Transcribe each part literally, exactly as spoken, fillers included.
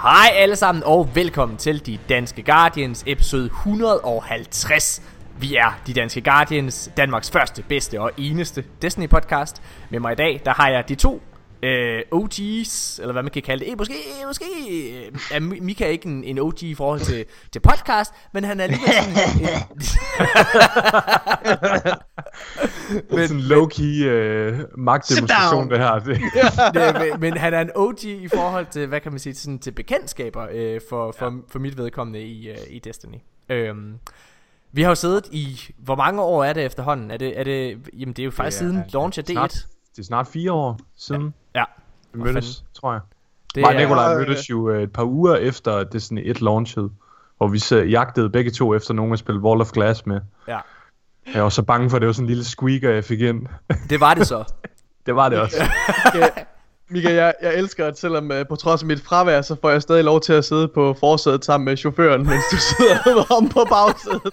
Hej alle sammen og velkommen til De Danske Guardians episode et hundrede og halvtreds. Vi er De Danske Guardians, Danmarks første, bedste og eneste Destiny podcast. Med mig i dag, der har jeg de to øh, O G's, eller hvad man kan kalde det. Eh, måske, måske er Mika ikke en, en O G i forhold til, til podcast, men han er alligevel sådan en men, sådan low-key øh, magtdemonstration det her det. det, men, men han er en O G i forhold til, hvad kan man sige, sådan til bekendtskaber øh, for, for, ja. for mit vedkommende i, øh, i Destiny. øhm, Vi har jo siddet i, hvor mange år er det efterhånden? Er det, er det, jamen det er jo faktisk det er, siden launch af D et. Det er snart fire år siden ja, ja. vi mødtes, tror jeg. Det Mig og Nikolaj mødtes jo et par uger efter Destiny et launchet, hvor vi så jagtede begge to efter nogen at spille Wall of Glass med. Ja. Jeg var så bange for, at det var sådan en lille squeaker, jeg fik ind. Det var det så. Det var det også. Okay. Mika, jeg, jeg elsker, at selvom uh, på trods af mit fravær, så får jeg stadig lov til at sidde på forsædet sammen med chaufføren, mens du sidder om på bagsædet.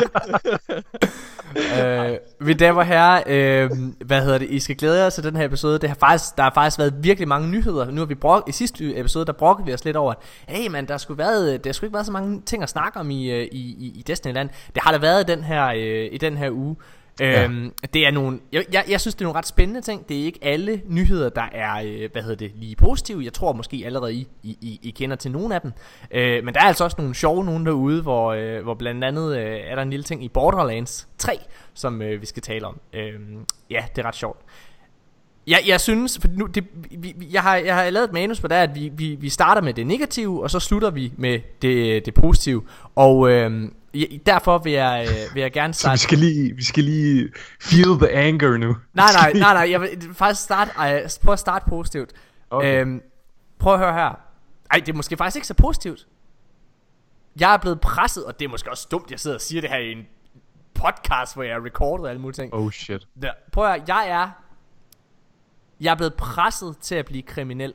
øh, Mine damer og herrer, øh, hvad hedder det? I skal glæde jer til den her episode. Det har faktisk, der har faktisk været virkelig mange nyheder. Nu har vi brok, i sidste episode, der brokkede vi os lidt over, at hey man, der skulle været, der skulle ikke været så mange ting at snakke om i i i, i Destinyland. Det har der været i den her øh, i den her uge. Ja. Øhm, det er nogle, jeg, jeg, jeg synes det er nogle ret spændende ting. Det er ikke alle nyheder der er øh, hvad hedder det, lige positive. Jeg tror måske allerede I, I, I, I kender til nogle af dem, øh, men der er altså også nogle sjove nogen derude, hvor, øh, hvor blandt andet øh, er der en lille ting i Borderlands tre, som øh, vi skal tale om. øh, Ja, det er ret sjovt. Jeg, jeg synes, for nu, det, vi, jeg, har, jeg har lavet et manus på det, at vi, vi, vi starter med det negative, og så slutter vi med det, det positive. Og øh, derfor vil jeg, vil jeg gerne starte. Så vi skal lige, vi skal lige feel the anger nu. Nej, nej, nej, nej. Jeg vil faktisk starte, ej, prøv at starte positivt. Okay. Øhm, prøv at høre her. Ej, det er måske faktisk ikke så positivt. Jeg er blevet presset, og det er måske også dumt, jeg sidder og siger det her i en podcast, hvor jeg har recordet alle mulige ting. Oh shit. Ja, prøv at høre, jeg er Jeg er blevet presset til at blive kriminel.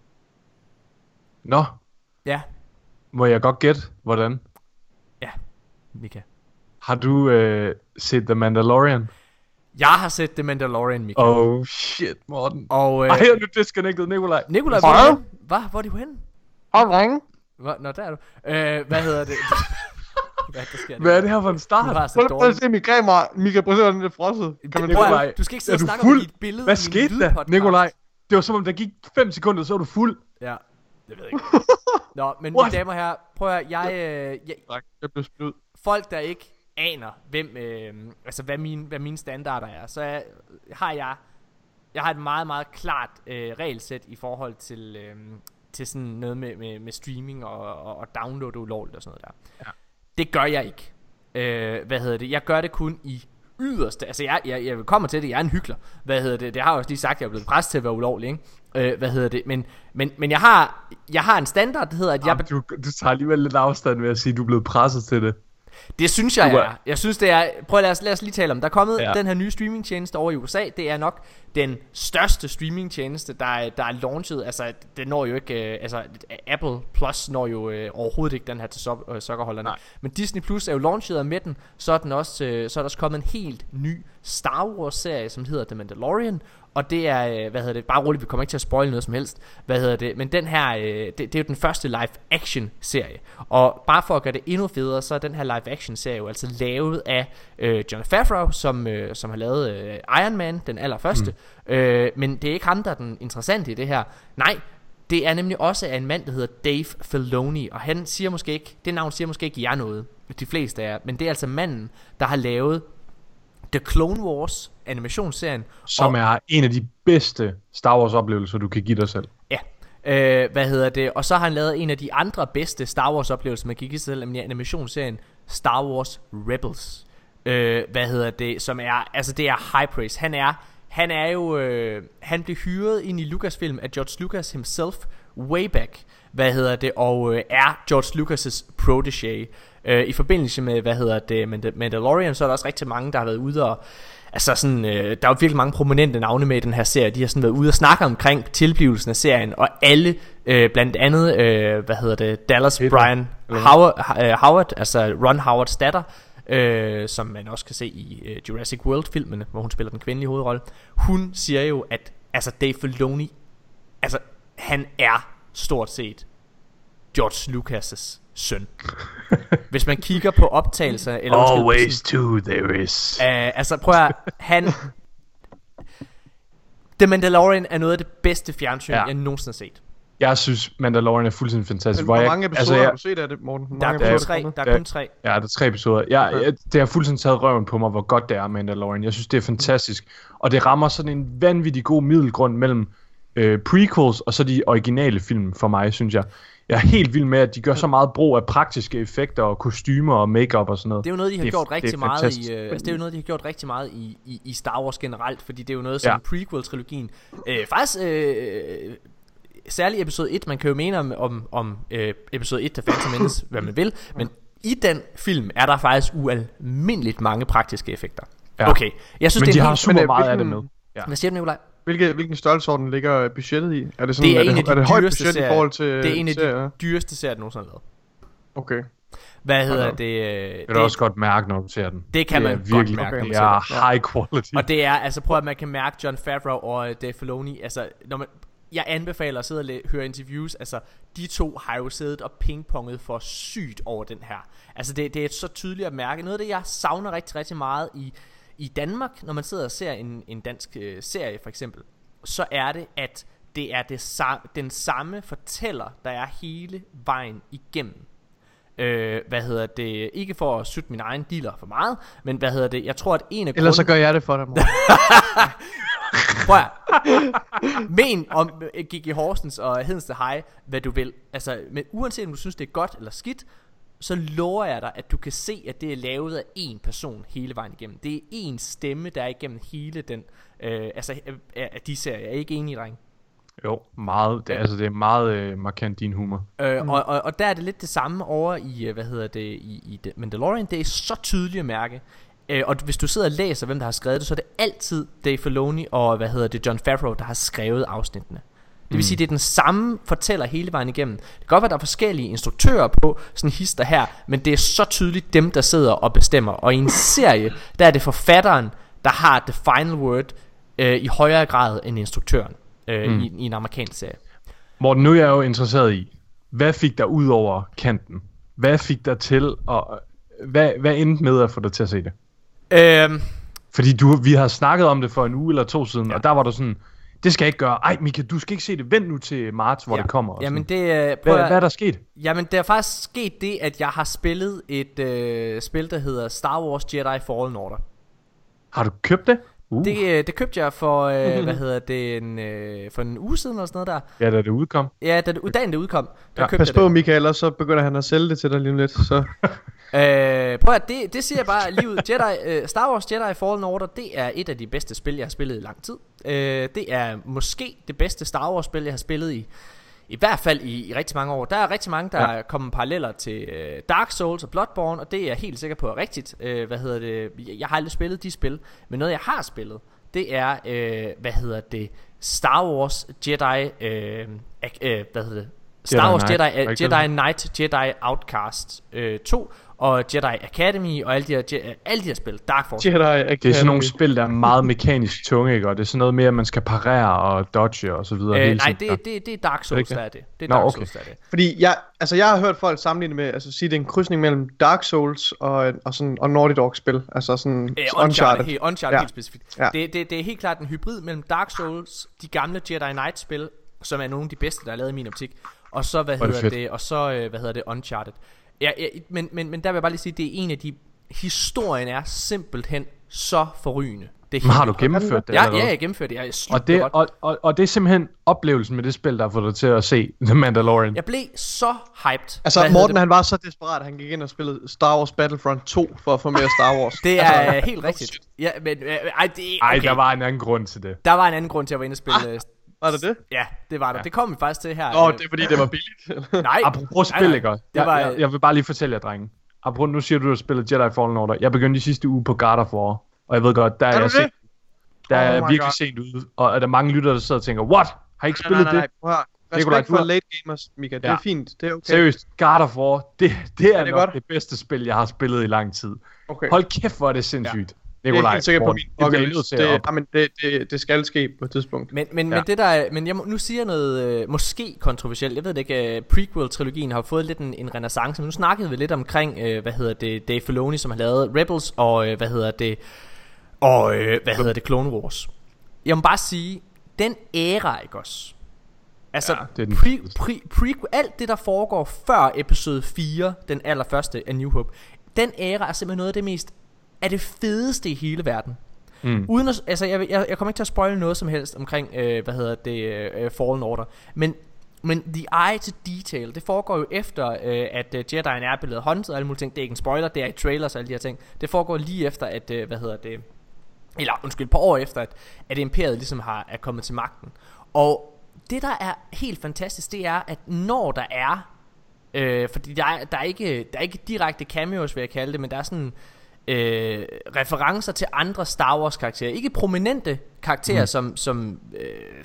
Nå. Ja. Må jeg godt gætte, hvordan? Ja, Mika. Har du øh, set The Mandalorian? Jeg har set The Mandalorian, Mika. Oh shit, Morten. Og øh, Ej, jeg er nu disconnected, Nikolaj. Nikolaj, hvor er du? Hvad? Hvor er du henne? Hej, drenge. Nå, der er du. øh, Hvad hedder det? Hvad, der sker, Hvad er det her for en start? Prøv at se mit kamera. Mika, prøv at se, hvordan det er frosset. Kan man Nikolaj, du skal ikke sidde og snakke om dit billede. Hvad skete der, Nikolaj? Det var som om der gik fem sekunder, så var du fuld. Ja, jeg ved ikke. Nå, men mine damer her, prøv at jeg, øh, jeg, jeg blev spillet. Folk der ikke aner hvem, øh, altså hvad mine, hvad mine standarder er, så jeg, har jeg, jeg har et meget meget klart øh, regelsæt i forhold til øh, til sådan noget med med, med streaming og, og, og download ulovligt og sådan noget der. Ja. Det gør jeg ikke. Øh, hvad hedder det? Jeg gør det kun i yderste. Altså jeg, jeg, jeg kommer til det. Jeg er en hykler. Hvad hedder det? Det har jeg også lige sagt. Jeg er blevet presset til at være ulovlig, ikke? Øh, hvad hedder det? Men men men jeg har jeg har en standard, der hedder at jeg. Jamen, du du tager alligevel lidt afstand ved at sige, at du er blevet presset til det. Det synes jeg er. Jeg synes det er. Prøv at lad os, lad os lige tale om. Der er kommet ja. den her nye streamingtjeneste over i U S A. Det er nok den største streamingtjeneste der er, der er launchet. Altså det når jo ikke øh, altså Apple Plus når jo øh, overhovedet ikke den her til so- øh, sokkerholderne. Men Disney Plus er jo launchet, og med den så er den også øh, så er der også kommet en helt ny Star Wars serie som hedder The Mandalorian. Og det er, hvad hedder det, bare roligt, vi kommer ikke til at spoile noget som helst. Hvad hedder det, men den her, det, det er jo den første live action serie. Og bare for at gøre det endnu federe, så er den her live action serie jo altså lavet af øh, Jon Favreau, som, øh, som har lavet øh, Iron Man, den allerførste. Mm. øh, Men det er ikke ham, der er den interessante i det her. Nej, det er nemlig også af en mand, der hedder Dave Filoni. Og han siger måske ikke, det navn siger måske ikke jer noget, de fleste af jer. Men det er altså manden, der har lavet The Clone Wars animationsserien, som og, er en af de bedste Star Wars oplevelser du kan give dig selv. Ja, øh, hvad hedder det? Og så har han lavet en af de andre bedste Star Wars oplevelser man kan give sig selv, nemlig animationsserien Star Wars Rebels. øh, Hvad hedder det? Som er, altså det er high praise. Han er, han er jo øh, han blev hyret ind i Lucasfilm af George Lucas himself way back. Hvad hedder det? Og øh, er George Lucas' protégé. Øh, I forbindelse med, hvad hedder det, Mandalorian, så er der også rigtig mange, der har været ude og, altså sådan, øh, der er jo virkelig mange prominente navne med i den her serie. De har sådan været ude og snakke omkring tilblivelsen af serien, og alle, øh, blandt andet, øh, hvad hedder det, Dallas Brian Howard, øh, Howard, altså Ron Howards datter, øh, som man også kan se i øh, Jurassic World-filmene, hvor hun spiller den kvindelige hovedrolle. Hun siger jo, at altså Dave Filoni, altså han er stort set George Lucas' søn. Hvis man kigger på optagelser eller Always two there is. Uh, altså prøv at han The Mandalorian er noget af det bedste fjernsyn ja. jeg nogensinde har set. Jeg synes Mandalorian er fuldstændig fantastisk. Hvor jeg, mange episoder altså, jeg, har du set af det, Morten? Der er, kun tre, der er kun tre. Ja, der er tre episoder. Jeg, okay. jeg, det har fuldstændig taget røven på mig, hvor godt det er Mandalorian. Jeg synes det er fantastisk. Og det rammer sådan en vanvittig god middelgrund mellem øh, prequels og så de originale film for mig, synes jeg. Jeg er helt vild med, at de gør så meget brug af praktiske effekter og kostymer og makeup og sådan noget. Det er jo noget, de har det, gjort rigtig det meget i, øh, altså, det er jo noget, de har gjort rigtig meget i, i, i Star Wars generelt, fordi det er jo noget som ja. prequel-trilogien. Øh, faktisk, øh, særligt episode et, man kan jo mene om, om, om øh, episode et, der Phantom Menace, hvad man vil, men i den film er der faktisk ualmindeligt mange praktiske effekter. Ja. Okay, jeg synes, men det de er har helt, super men, meget hvilken, af det med. Ja. Hvad siger du, Nikolaj? Hvilke, hvilken størrelsesorden ligger budgettet i? Er det sådan, det er, er en det, af de er det højt dyreste budget serier, i forhold til det er en af serier? de dyreste serier, der nogensinde har lavet. Okay. Hvad hedder okay. det? Det kan du også godt mærke, når du ser den. Det kan det man virkelig, godt mærke, okay. når man ser den. Ja, high quality. Og det er, altså prøv at man kan mærke Jon Favreau og Dave Filoni, altså når man, jeg anbefaler at sidde og læ- høre interviews, altså de to har jo siddet og pingponget for sygt over den her. Altså det, det er så tydeligt at mærke. Noget af det, jeg savner rigtig, rigtig meget i, i Danmark, når man sidder og ser en, en dansk øh, serie for eksempel, så er det, at det er det sa- den samme fortæller, der er hele vejen igennem. Øh, hvad hedder det? Ikke for at sutte min egen dealer for meget, men hvad hedder det? Jeg tror, at en af Ellers grunden... så gør jeg det for dig, mor. Prøv at men om G G Horsens og Hedensted High, hvad du vil. Altså, men uanset om du synes, det er godt eller skidt, så lover jeg dig, at du kan se, at det er lavet af én person hele vejen igennem. Det er én stemme, der er igennem hele den, øh, altså af de serier. Jeg er ikke enig, dreng. Jo, meget. Det, altså, det er meget øh, markant din humor. Øh, mm. og, og, og der er det lidt det samme over i, hvad hedder det, i, i Mandalorian. Det er så tydeligt at mærke. Øh, og hvis du sidder og læser, hvem der har skrevet det, så er det altid Dave Filoni og, hvad hedder det, Jon Favreau, der har skrevet afsnittene. Det vil mm. sige, det er den samme fortæller hele vejen igennem. Det kan godt være, at der er forskellige instruktører på, sådan hister her, men det er så tydeligt dem, der sidder og bestemmer. Og i en serie, der er det forfatteren, der har the final word øh, i højere grad end instruktøren øh, mm. i, i en amerikansk serie. Morten, nu er jeg jo interesseret i, hvad fik dig ud over kanten? Hvad fik dig til, og hvad, hvad endte med at få dig til at se det? Øhm, Fordi du, vi har snakket om det for en uge eller to siden, ja. Og der var der sådan, det skal jeg ikke gøre. Ej, Mika, du skal ikke se det. Vent nu til marts, hvor ja. det kommer. Og jamen det, øh, prøv hvad, at, hvad er der sket? Jamen der er faktisk sket det, at jeg har spillet et øh, spil, der hedder Star Wars Jedi Fallen Order. Har du købt det? Uh. Det, det købte jeg for, øh, hvad hedder det, en, øh, for en uge siden eller sådan noget der. Ja, da det udkom. Ja, da det, dagen det udkom, der Ja. købte Pas jeg på, det. Michael, og så begynder han at sælge det til dig lige om lidt. Så. Øh, prøv at det, det siger jeg bare livet. Jedi, øh, Star Wars Jedi Fallen Order, det er et af de bedste spil, jeg har spillet i lang tid. øh, Det er måske det bedste Star Wars spil, jeg har spillet i I hvert fald i, i rigtig mange år. Der er rigtig mange, der ja. er kommet paralleller til øh, Dark Souls og Bloodborne, og det er jeg helt sikker på er rigtigt. øh, Hvad hedder det? Jeg har aldrig spillet de spil, men noget jeg har spillet, det er, øh, hvad hedder det, Star Wars Jedi øh, øh, Hvad hedder det? Star Jedi Wars Knight. Jedi, uh, Jedi Knight, Jedi Outcast øh, to og Jedi Academy og alle de her, Je- alle de her spil, Dark Force. Jedi Academy. Det er sådan nogle spil, der er meget mekanisk tunge, ikke? Og det er sådan noget mere, at man skal parere og dodge og så videre. øh, hele Nej, tiden. det, det, det er Dark Souls, der er det. Det er Nå, Dark okay. Souls, der er det. Fordi jeg, altså jeg har hørt folk sammenligne med, altså sige, det er en krydsning mellem Dark Souls og, og, sådan, og Naughty Dog spil. Altså sådan Øh, Uncharted. Uncharted, helt, Uncharted Ja. helt specifikt. Ja. Det, det, det er helt klart en hybrid mellem Dark Souls, de gamle Jedi Knight spil, som er nogle af de bedste, der er lavet i min optik, og så hvad Hvor er det hedder fedt. det, og så øh, hvad hedder det, Uncharted. Ja, ja, men, men, men der vil jeg bare lige sige, det er en af de, historien er simpelthen så forrygende. Det er Men har helt du gennemført det? Ja, eller ja, hvad? jeg gennemførte det. Jeg er sygt Og det, godt. og, og, og det er simpelthen oplevelsen med det spil, der har fået dig til at se The Mandalorian. Jeg blev så hyped. Altså Hvad hedder Morten det? han var så desperat, at han gik ind og spillede Star Wars Battlefront to for at få mere Star Wars. Det er altså, helt rigtigt. Ja, men øh, ej, det Ej, okay. der var en anden grund til det. Der var en anden grund til at være inde og spille. Ah, var det det? ja, det var der. Ja. Det kom vi faktisk til her. Åh, oh, det er fordi det var billigt. Nej. Apropos nej, spil, nej. ikke? Jeg, Det var, jeg, jeg vil bare lige fortælle jer, drenge. Apropos, nu siger du, at du spiller Jedi Fallen Order. Jeg begyndte de sidste uge på God of War. Og jeg ved godt, der er, Er du jeg det? sent, der er Oh jeg my virkelig God. sent ude. Og er der mange lyttere, der sidder og tænker, what? Har I ikke Nej, spillet nej, nej, det? prøv at høre. Nikolaj, Respekt du for har- late gamers, Mika. Det Ja. er fint. Det er okay. Seriøst, God of War, det, det er, Er det nok godt? det bedste spil, jeg har spillet i lang tid. Okay. Hold kæft, hvor er det sindssygt. Nikolaj, jeg er helt sikker på min det bliver I nødt til det, at jamen, det, det, det skal ske på et tidspunkt. Men, men, Ja. men det der er- men jeg må, nu siger jeg noget øh, måske kontroversielt. Jeg ved det ikke, øh, prequel-trilogien har fået lidt en, en renaissance. Men nu snakkede vi lidt omkring, øh, hvad hedder det, Dave Filoni, som har lavet Rebels, og øh, hvad hedder det, og øh, hvad hedder det, Clone Wars. Jeg må bare sige, den æra, ikke også? Altså, Ja, det er den pre, fedeste. pre, prequel, alt det der foregår før episode fire, den allerførste af New Hope, den æra er simpelthen noget af det mest, er det fedeste i hele verden. Mm. Uden at, altså jeg, jeg, jeg kommer ikke til at spoile noget som helst omkring øh, hvad hedder det, øh, Fallen Order, men men the eye to detail, det foregår jo efter øh, at øh, Jedi'en er blevet hunted og alle mulige ting. Det er ikke en spoiler, det er i trailers og alle de her ting. Det foregår lige efter at øh, hvad hedder det, eller undskyld, et par år efter at at imperiet ligesom har er kommet til magten. Og det der er helt fantastisk, det er at når der er øh, fordi der er, der er ikke der er ikke direkte cameos, vil jeg kalde det, men der er sådan Øh, referencer til andre Star Wars karakterer. Ikke prominente karakterer mm. som, som øh,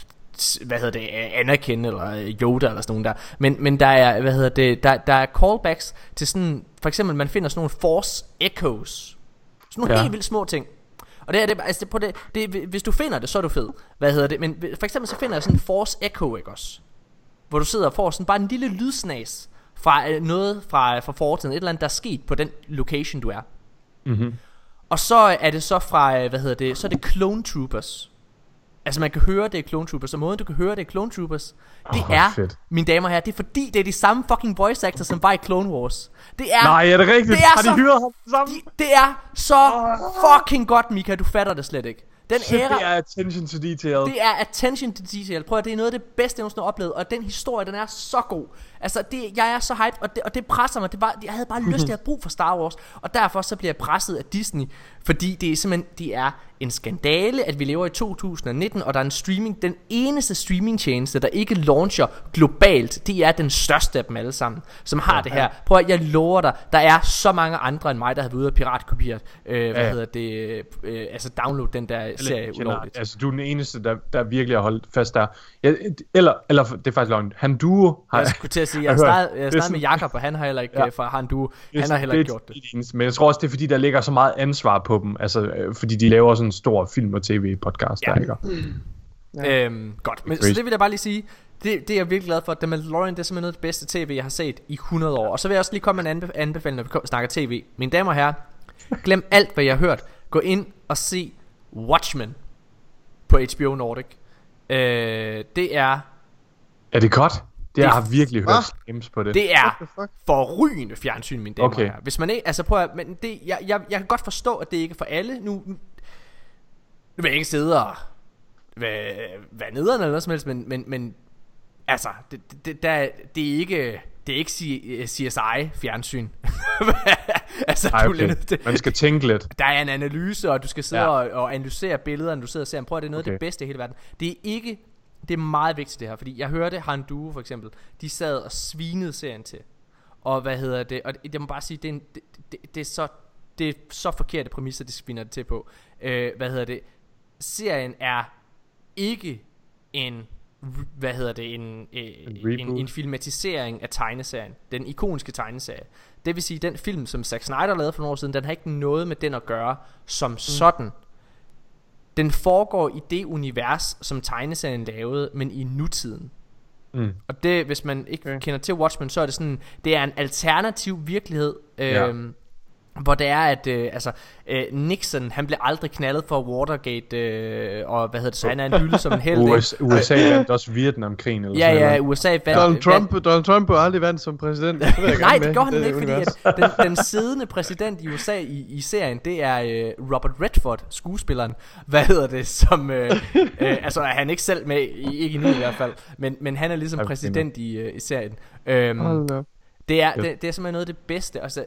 hvad hedder det, Anakin eller Yoda eller sådan nogen der. Men, men der er, hvad hedder det, der, der er callbacks til sådan, for eksempel man finder sådan nogle Force Echoes. Sådan nogle Ja. helt vildt små ting. Og det er det, altså det, på det, det, hvis du finder det, så er du fed. Hvad hedder det? Men for eksempel så finder jeg sådan en Force Echo, ikke også? Hvor du sidder og får sådan bare en lille lydsnas fra øh, noget fra, fra fortiden, et eller andet der er sket på den location du er. Mm-hmm. Og så er det så fra, øh, hvad hedder det, så er det Clone Troopers. Altså man kan høre det i Clone Troopers. Og måden du kan høre det i Clone Troopers, det Åh, er, fedt. mine damer og herrer, det er fordi det er de samme fucking voice actors som var i Clone Wars. Det er, Nej, er det rigtigt? det er Har de så- hyret ham sammen? de, det er så fucking godt, Mika. Du fatter det slet ikke. Den Shit, æra, det er attention to detail. det er attention to detail. Prøv at det er noget af det bedste jeg nogensinde har oplevet. Og den historie, den er så god. Altså det, jeg er så hyped. Og det, og det presser mig det var, Jeg havde bare lyst til at have brug for Star Wars. Og derfor så bliver jeg presset af Disney. Fordi det er simpelthen det er en skandale at vi lever i to tusind nitten. Og der er en streaming. Den eneste streamingtjeneste der ikke launcher globalt, det er den største af dem alle sammen, som har ja, det her. Prøv at jeg lover dig, der er så mange andre end mig der har været ude og piratkopiere øh, Hvad Ja. hedder det øh, Altså download den der serie ulovligt. Altså, du er den eneste, der, der virkelig har holdt fast der. Ja, eller, eller, det er faktisk løgn. Han Duo har... Jeg skulle til at sige, jeg Jeg har hører- snakket, jeg har det er snakket med sådan- Jakob, og han har heller ikke, Ja. ja. fra han du, Det er han har heller det ikke er gjort det. det eneste. Men jeg tror også, det er fordi, der ligger så meget ansvar på dem. Altså, øh, fordi de laver sådan en stor film- og tv-podcast, Ja. der ikke? Ja. Øhm, godt, men, så crazy. det vil jeg bare lige sige, det, det er jeg virkelig glad for. The Mandalorian, det er simpelthen noget af det bedste tv, jeg har set i hundrede år. Og så vil jeg også lige komme med en anbe- anbefaling, når vi kom- snakker tv. Mine damer og herrer, glem alt, hvad jeg har hørt. Gå ind og se Watchmen på H B O Nordic. Øh, det er Er det godt? Det, Det- jeg har virkelig Hva? hørt skæms på det. Det What er the fuck? forrygende fjernsyn, mine damer Okay. og herrer. Hvis man ikke, altså prøv at, men det, jeg, jeg, jeg kan godt forstå, at det ikke er for alle. Nu, nu, nu vil jeg ikke sidde og være, være nederen eller noget som helst, men, men, men altså, det, det, der, det er ikke, det er ikke C S I fjernsyn. altså, Ej, du er okay. lidt nødt til- Man skal tænke lidt. der er en analyse, og du skal sidde Ja. ja. og, og analysere billederne, du sidder og ser. Prøv at det er noget okay. af Okay. det bedste i hele verden. Det er ikke, det er meget vigtigt det her, fordi jeg hørte Han Duo for eksempel, de sad og svinede serien til. Og hvad hedder det? Og jeg må bare sige, det er, en, det, det, det er så det er så forkerte præmisser, de sviner det til på. Øh, hvad hedder det? Serien er ikke en hvad hedder det en, øh, en, reboot. en filmatisering af tegneserien, den ikoniske tegneserie. Det vil sige, den film som Zack Snyder lavede for nogle år siden, den har ikke noget med den at gøre som mm. sådan. Den foregår i det univers som tegneserien lavede, men i nutiden. Mm. Og det, hvis man ikke Okay. okay. kender til Watchmen, så er det sådan, det er en alternativ virkelighed, Ja. øhm, hvor det er at øh, altså øh, Nixon, han blev aldrig knaldet for Watergate, øh, og hvad hedder det, så han er en hylde som en helt. U S A, U S A vandt også Vietnamkrigen eller Ja, sådan ja, noget. U S A vandt. Donald Trump, vandt- Donald Trump er aldrig vandt som præsident. Det vil jeg Nej, gerne det med, gjorde han ikke, fordi univers. at den, den siddende præsident i U S A i, i serien, det er øh, Robert Redford, skuespilleren. Hvad hedder det, som øh, øh, altså er han ikke selv med, i, ikke endnu i hvert fald, men, men han er ligesom Okay. præsident i, øh, i serien. Øhm, Hold da op. det, er, Yep. det, det er simpelthen noget af det bedste. Altså,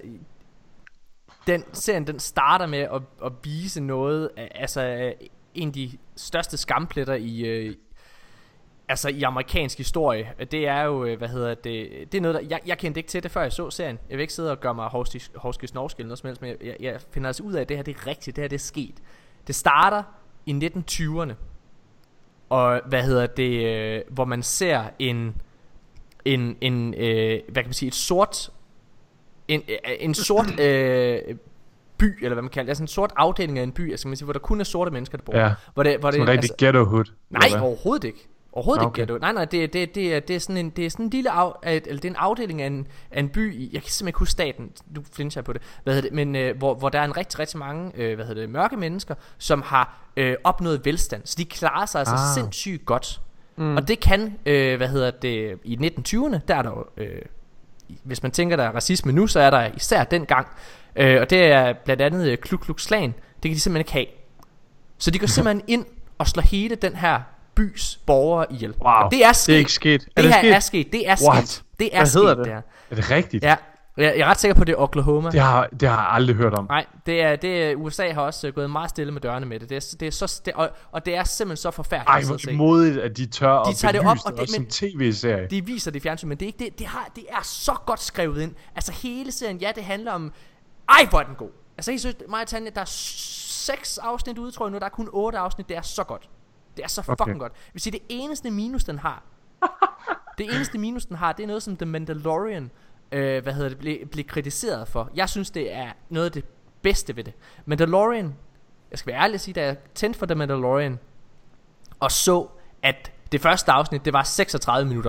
den serien, den starter med at, at vise noget af- altså af en af de største skampletter i øh, altså i amerikansk historie. Det er jo øh, hvad hedder det, det er noget der, jeg, jeg kendte ikke til det før jeg så serien. Jeg vil ikke sidde og gøre mig horske snorske eller noget som helst, men jeg, jeg, jeg finder altså ud af at det her det er rigtigt. Det her det er sket. Det starter i nitten tyverne. Og hvad hedder det, øh, hvor man ser en en en øh, hvad kan man sige, et sort en, øh, en sort øh, by, eller hvad man kalder det, sådan en sort afdeling af en by, altså, man sige, hvor der kun er sorte mennesker, der bor. Ja. Hvor det, hvor det, sådan en rigtig altså, ghetto hood. Nej, overhovedet ikke. Overhovedet okay. ikke ghetto. Nej, nej, det, det, det, er, det er sådan en, det er sådan en lille af, eller det er en afdeling af en, af en by i, jeg kan simpelthen ikke huske staten, nu finder jeg på det, hvad hedder det, men øh, hvor, hvor der er en rigtig, rigtig mange, øh, hvad hedder det, mørke mennesker, som har øh, opnået velstand, så de klarer sig altså ah. sindssygt godt. Mm. Og det kan, øh, hvad hedder det, i nitten tyverne, der er der jo, øh, hvis man tænker der er racisme nu, så er der især dengang, øh, og det er blandt andet øh, Ku Klux Klan, det kan de simpelthen ikke have. Så de går simpelthen ind og slår hele den her bys borgere ihjel. Wow, og det er sket. Det er ikke sket. Det, er det her sket? er sket. Det er What? sket. Det er Hvad sket. hedder det? Der. Er det rigtigt? Ja. Jeg er ret sikker på, at det er Oklahoma. Det har, det har jeg aldrig hørt om. Nej, det er, det er, U S A har også gået meget stille med dørene med det. Det er, det er så, det, og, og det er simpelthen så forfærdeligt. Ej, hvor modigt, at de tør de at tager det op, belyse og det, det, også men, som tv-serie. De viser det i fjernsyn, men det er ikke det. Det, har, det er så godt skrevet ind. Altså hele serien, ja, det handler om. Ej, hvor er den god. Altså jeg synes, mig og Tanja, der er seks afsnit ude, tror jeg nu. Der er kun otte afsnit. Det er så godt. Det er så fucking okay. godt. Jeg vil sige, det eneste minus den har, det eneste minus den har, det er noget som The Mandalorian, øh, hvad hedder det, blev, blev kritiseret for. Jeg synes det er noget af det bedste ved det. Mandalorian, jeg skal være ærlig at sige, da jeg tændte for The Mandalorian og så at det første afsnit, det var seksogtredive minutter,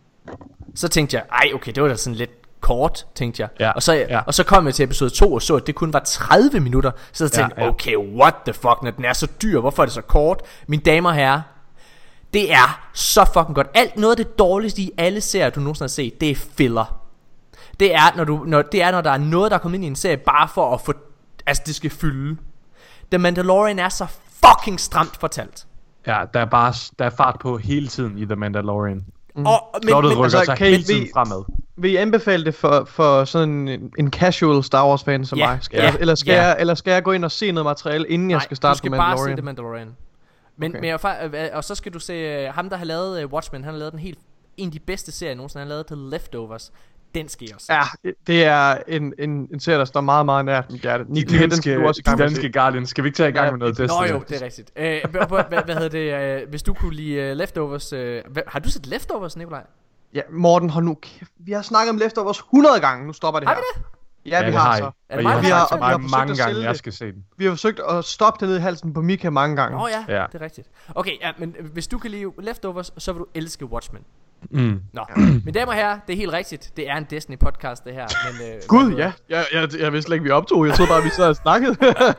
så tænkte jeg, ej okay, det var da sådan lidt kort, tænkte jeg. Ja, og, så, ja. og så kom jeg til episode to og så at det kun var tredive minutter. Så jeg tænkte, ja, ja. okay, what the fuck, når den er så dyr, hvorfor er det så kort? Mine damer og herrer, det er så fucking godt. Alt noget af det dårligste i alle serier du nogensinde har set, det er filler. Det er når du når det er når der er noget der er kommet ind i en serie bare for at få, altså det skal fylde. The Mandalorian er så fucking stramt fortalt. Ja, der er bare der er fart på hele tiden i The Mandalorian. Mm. Og men, Plottet men rykker altså, sig kan hele I- tiden vi- fremad. Vil I anbefale det for, for sådan en, en casual Star Wars fan som Ja, mig? Skal ja, jeg, eller, skal ja. jeg, eller skal jeg gå ind og se noget materiale, inden jeg nej, skal starte du skal på bare Mandalorian? se The Mandalorian. Men, Okay. men jeg, fa- øh, og så skal du se uh, ham der har lavet uh, Watchmen. Han har lavet den helt en af de bedste serier nogensinde. Han har lavet The Leftovers. Den skal I også se. Ja, det er en, en, en serie, der står meget, meget nært mit hjerte. De Nick, den skal danske, du også i de gang med at danske se. Guardians. Skal vi ikke tage i gang Ja, med noget Nå Destiny? jo, det er rigtigt. Øh, hvad, hvad, hvad hedder det? Uh, hvis du kunne lide uh, Leftovers. Uh, hvad, har du set Leftovers, Nikolaj? Ja, Morten, hold nu kæft. Vi har snakket om Leftovers hundrede gange. Nu stopper det Har her. vi det? Ja, vi har så. I. Er det Og mig, jeg der har har sagt sagt det? Vi har mig forsøgt mange at gange, sælge jeg det. skal se den. Vi har forsøgt at stoppe det ned i halsen på Mika mange gange. Nå ja, Ja. det er rigtigt. Okay, ja, men øh, hvis du kan lide Leftovers, så vil du elske Watchmen. Mm. Nå, mine damer og herrer, det er helt rigtigt. Det er en Destiny-podcast, det her. Men, øh, Gud, hvad hedder- ja. Jeg, jeg, jeg vidste slet ikke, vi optog. Jeg troede bare, vi sad og snakkede.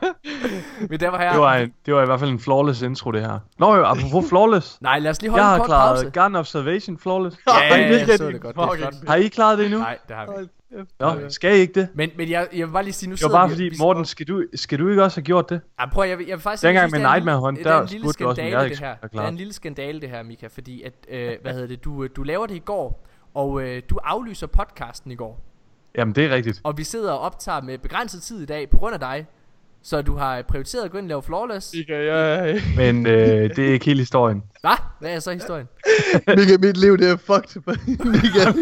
Mine damer og herrer. Det var, en, det var i hvert fald en flawless intro, det her. Nå jo, apropos flawless. Nej, lad os lige holde Jeg en har kort klaret pause. Gun Observation flawless. Ja, Ej, ja, det er jeg så rigtig det godt. Det er fucking flot. Har I klaret det endnu? Nej, det har vi ikke. Nå, skal I ikke det? Men, men jeg, jeg vil bare lige sige, nu Det var sidder bare vi, fordi, vi, Morten, skal du, skal du ikke også have gjort det? Ja, prøv, jeg, vil, jeg vil faktisk Dengang jeg synes, med det er en Nightmare Hunt, lille- det er der en lille spurgte du også, men jeg skandale, ikke det her. er Det klar. er en lille skandale, det her, Mika, fordi at, øh, hvad hedder det, du, du laver det i går, og øh, du aflyser podcasten i går. Jamen, det er rigtigt. Og vi sidder og optager med begrænset tid i dag på grund af dig. Så du har prioriteret at gå ind og lave Flawless. Mika, jeg... Men øh, det er ikke hele historien. Hvad? Hvad er så historien? Mika, mit liv, det er fucked. Mika,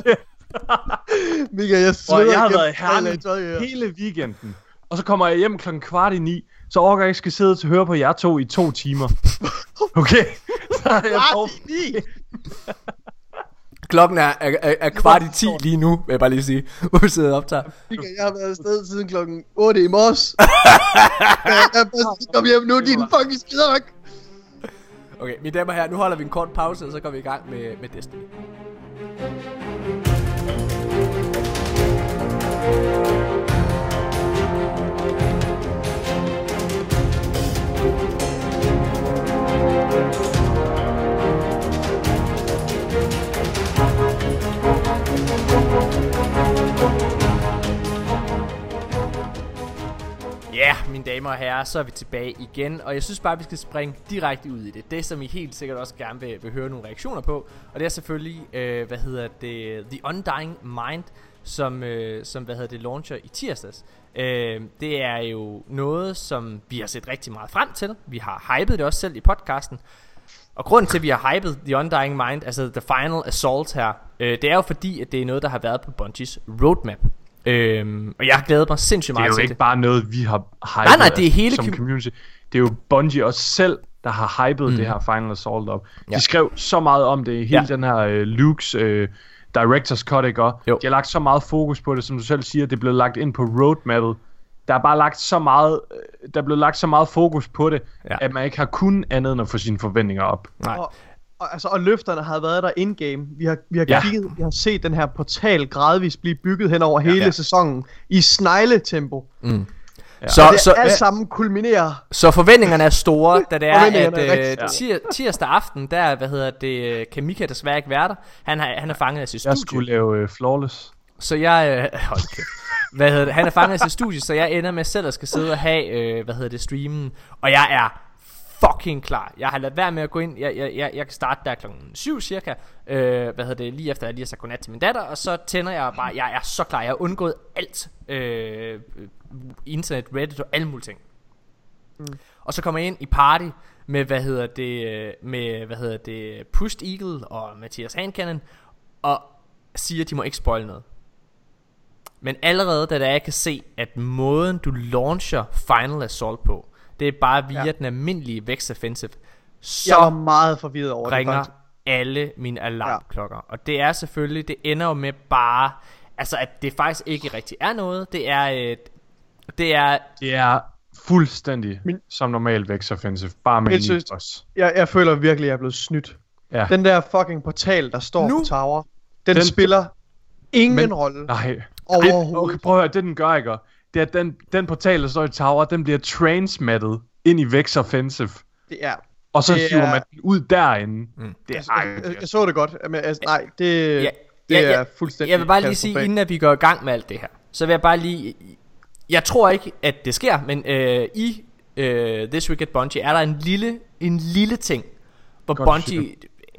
Mika, jeg Og sveder jeg har igennem været i Herning alle tøj her. hele weekenden. Og så kommer jeg hjem klokken kvart i ni. Så overgår jeg ikke skal sidde til at høre på jer to i to timer. Okay? Så har jeg brug- Kvart i ni. Klokken er, er, er, er kvart i ti lige nu, vil jeg bare lige sige. Hvor vi sidder og optager. Mika, jeg har været afsted siden klokken otte i morges. jeg er bare kom hjem nu, din fucking skiderok. Okay, mine damer og herrer, nu holder vi en kort pause, og så går vi i gang med, med Destiny. Ja, yeah, mine damer og herrer, så er vi tilbage igen. Og jeg synes bare, vi skal springe direkte ud i det. Det, som I helt sikkert også gerne vil, vil høre nogle reaktioner på. Og det er selvfølgelig, øh, hvad hedder det, The Undying Mind, som, øh, som hvad hedder det, launcher i tirsdags. Øh, det er jo noget, som vi har set rigtig meget frem til. Vi har hypet det også selv i podcasten. Og grunden til, at vi har hypet The Undying Mind, altså The Final Assault her, øh, det er jo fordi, at det er noget, der har været på Bungies roadmap. Øhm, og jeg har glædet mig sindssygt Det er meget jo til ikke det. bare noget, vi har hypet Nej, nej, det er hele som com- community. Det er jo Bungie også selv, der har hypet Mm. det her Final Assault op. Ja. De skrev så meget om det, hele Ja. den her uh, Luke's uh, Director's Cut, ikke? Og Jo. de har lagt så meget fokus på det, som du selv siger, det er blevet lagt ind på roadmappet der er bare lagt så meget, der er blevet lagt så meget fokus på det, ja. at man ikke har kun andet end at få sine forventninger op. Nej. Og, og, altså, og løfterne har været der in-game. Vi har, vi har Ja. kigget, vi har set den her portal gradvist blive bygget hen over hele Ja. sæsonen i snegletempo. Mm. Ja. Så, Og det så, alt sammen kulminerer. så forventningerne er store, da det er, Forventningerne er at rigtig øh, tir, tirsdag aften, der, hvad hedder det, øh, kan Mika desværre ikke være der. Han, har, han er fanget af sit Jeg studie. skulle lave uh, Flawless. Så jeg, øh, hold kæft. Hvad hedder det? Han er fanget af sit studie, så jeg ender med selv at skal sidde og have, øh, hvad hedder det, streamen. Og jeg er fucking klar. Jeg har ladet være med at gå ind. Jeg, jeg, jeg, jeg kan starte der klokken syv cirka. Øh, hvad hedder det? Lige efter jeg lige har sagt godnat til min datter. Og så tænder jeg bare. Jeg er så klar. Jeg har undgået alt. Øh, internet, Reddit og alle mulige ting. Mm. Og så kommer jeg ind i party med, hvad hedder det, med, hvad hedder det, Pushed Eagle og Mathias Hankanen. Og siger, at de må ikke spoil noget. Men allerede da jeg kan se, at måden du launcher Final Assault på, det er bare via ja. den almindelige Vex Offensive, så Jeg var meget forvirret over det, ringer faktisk. alle mine alarmklokker. Ja. Og det er selvfølgelig, det ender jo med bare, altså at det faktisk ikke rigtig er noget. Det er, øh, det er, Det er fuldstændig Min- som normal Vex Offensive, bare med Jeg en synes- boss. Jeg, jeg føler virkelig, at jeg er blevet snydt. Ja. Den der fucking portal, der står Nu- på tower, den, Den- den spiller ingen Men- rolle Nej. overhovedet. Okay, prøv at høre, det den gør, ikke? Det er, at den, den portal, der står i tower, den bliver transmattet ind i Vex Offensive. Det er... Og så Det hiver er- man den ud derinde. Mm. Det er, Jeg, jeg, jeg, jeg så det godt, men altså, nej, det, Ja, det ja, er ja. fuldstændig Jeg vil bare lige sige, katastrofalt. inden at vi går i gang med alt det her, så vil jeg bare lige, jeg tror ikke, at det sker, men øh, i øh, This Week at Bungie er der en lille, en lille ting, hvor Godt Bungie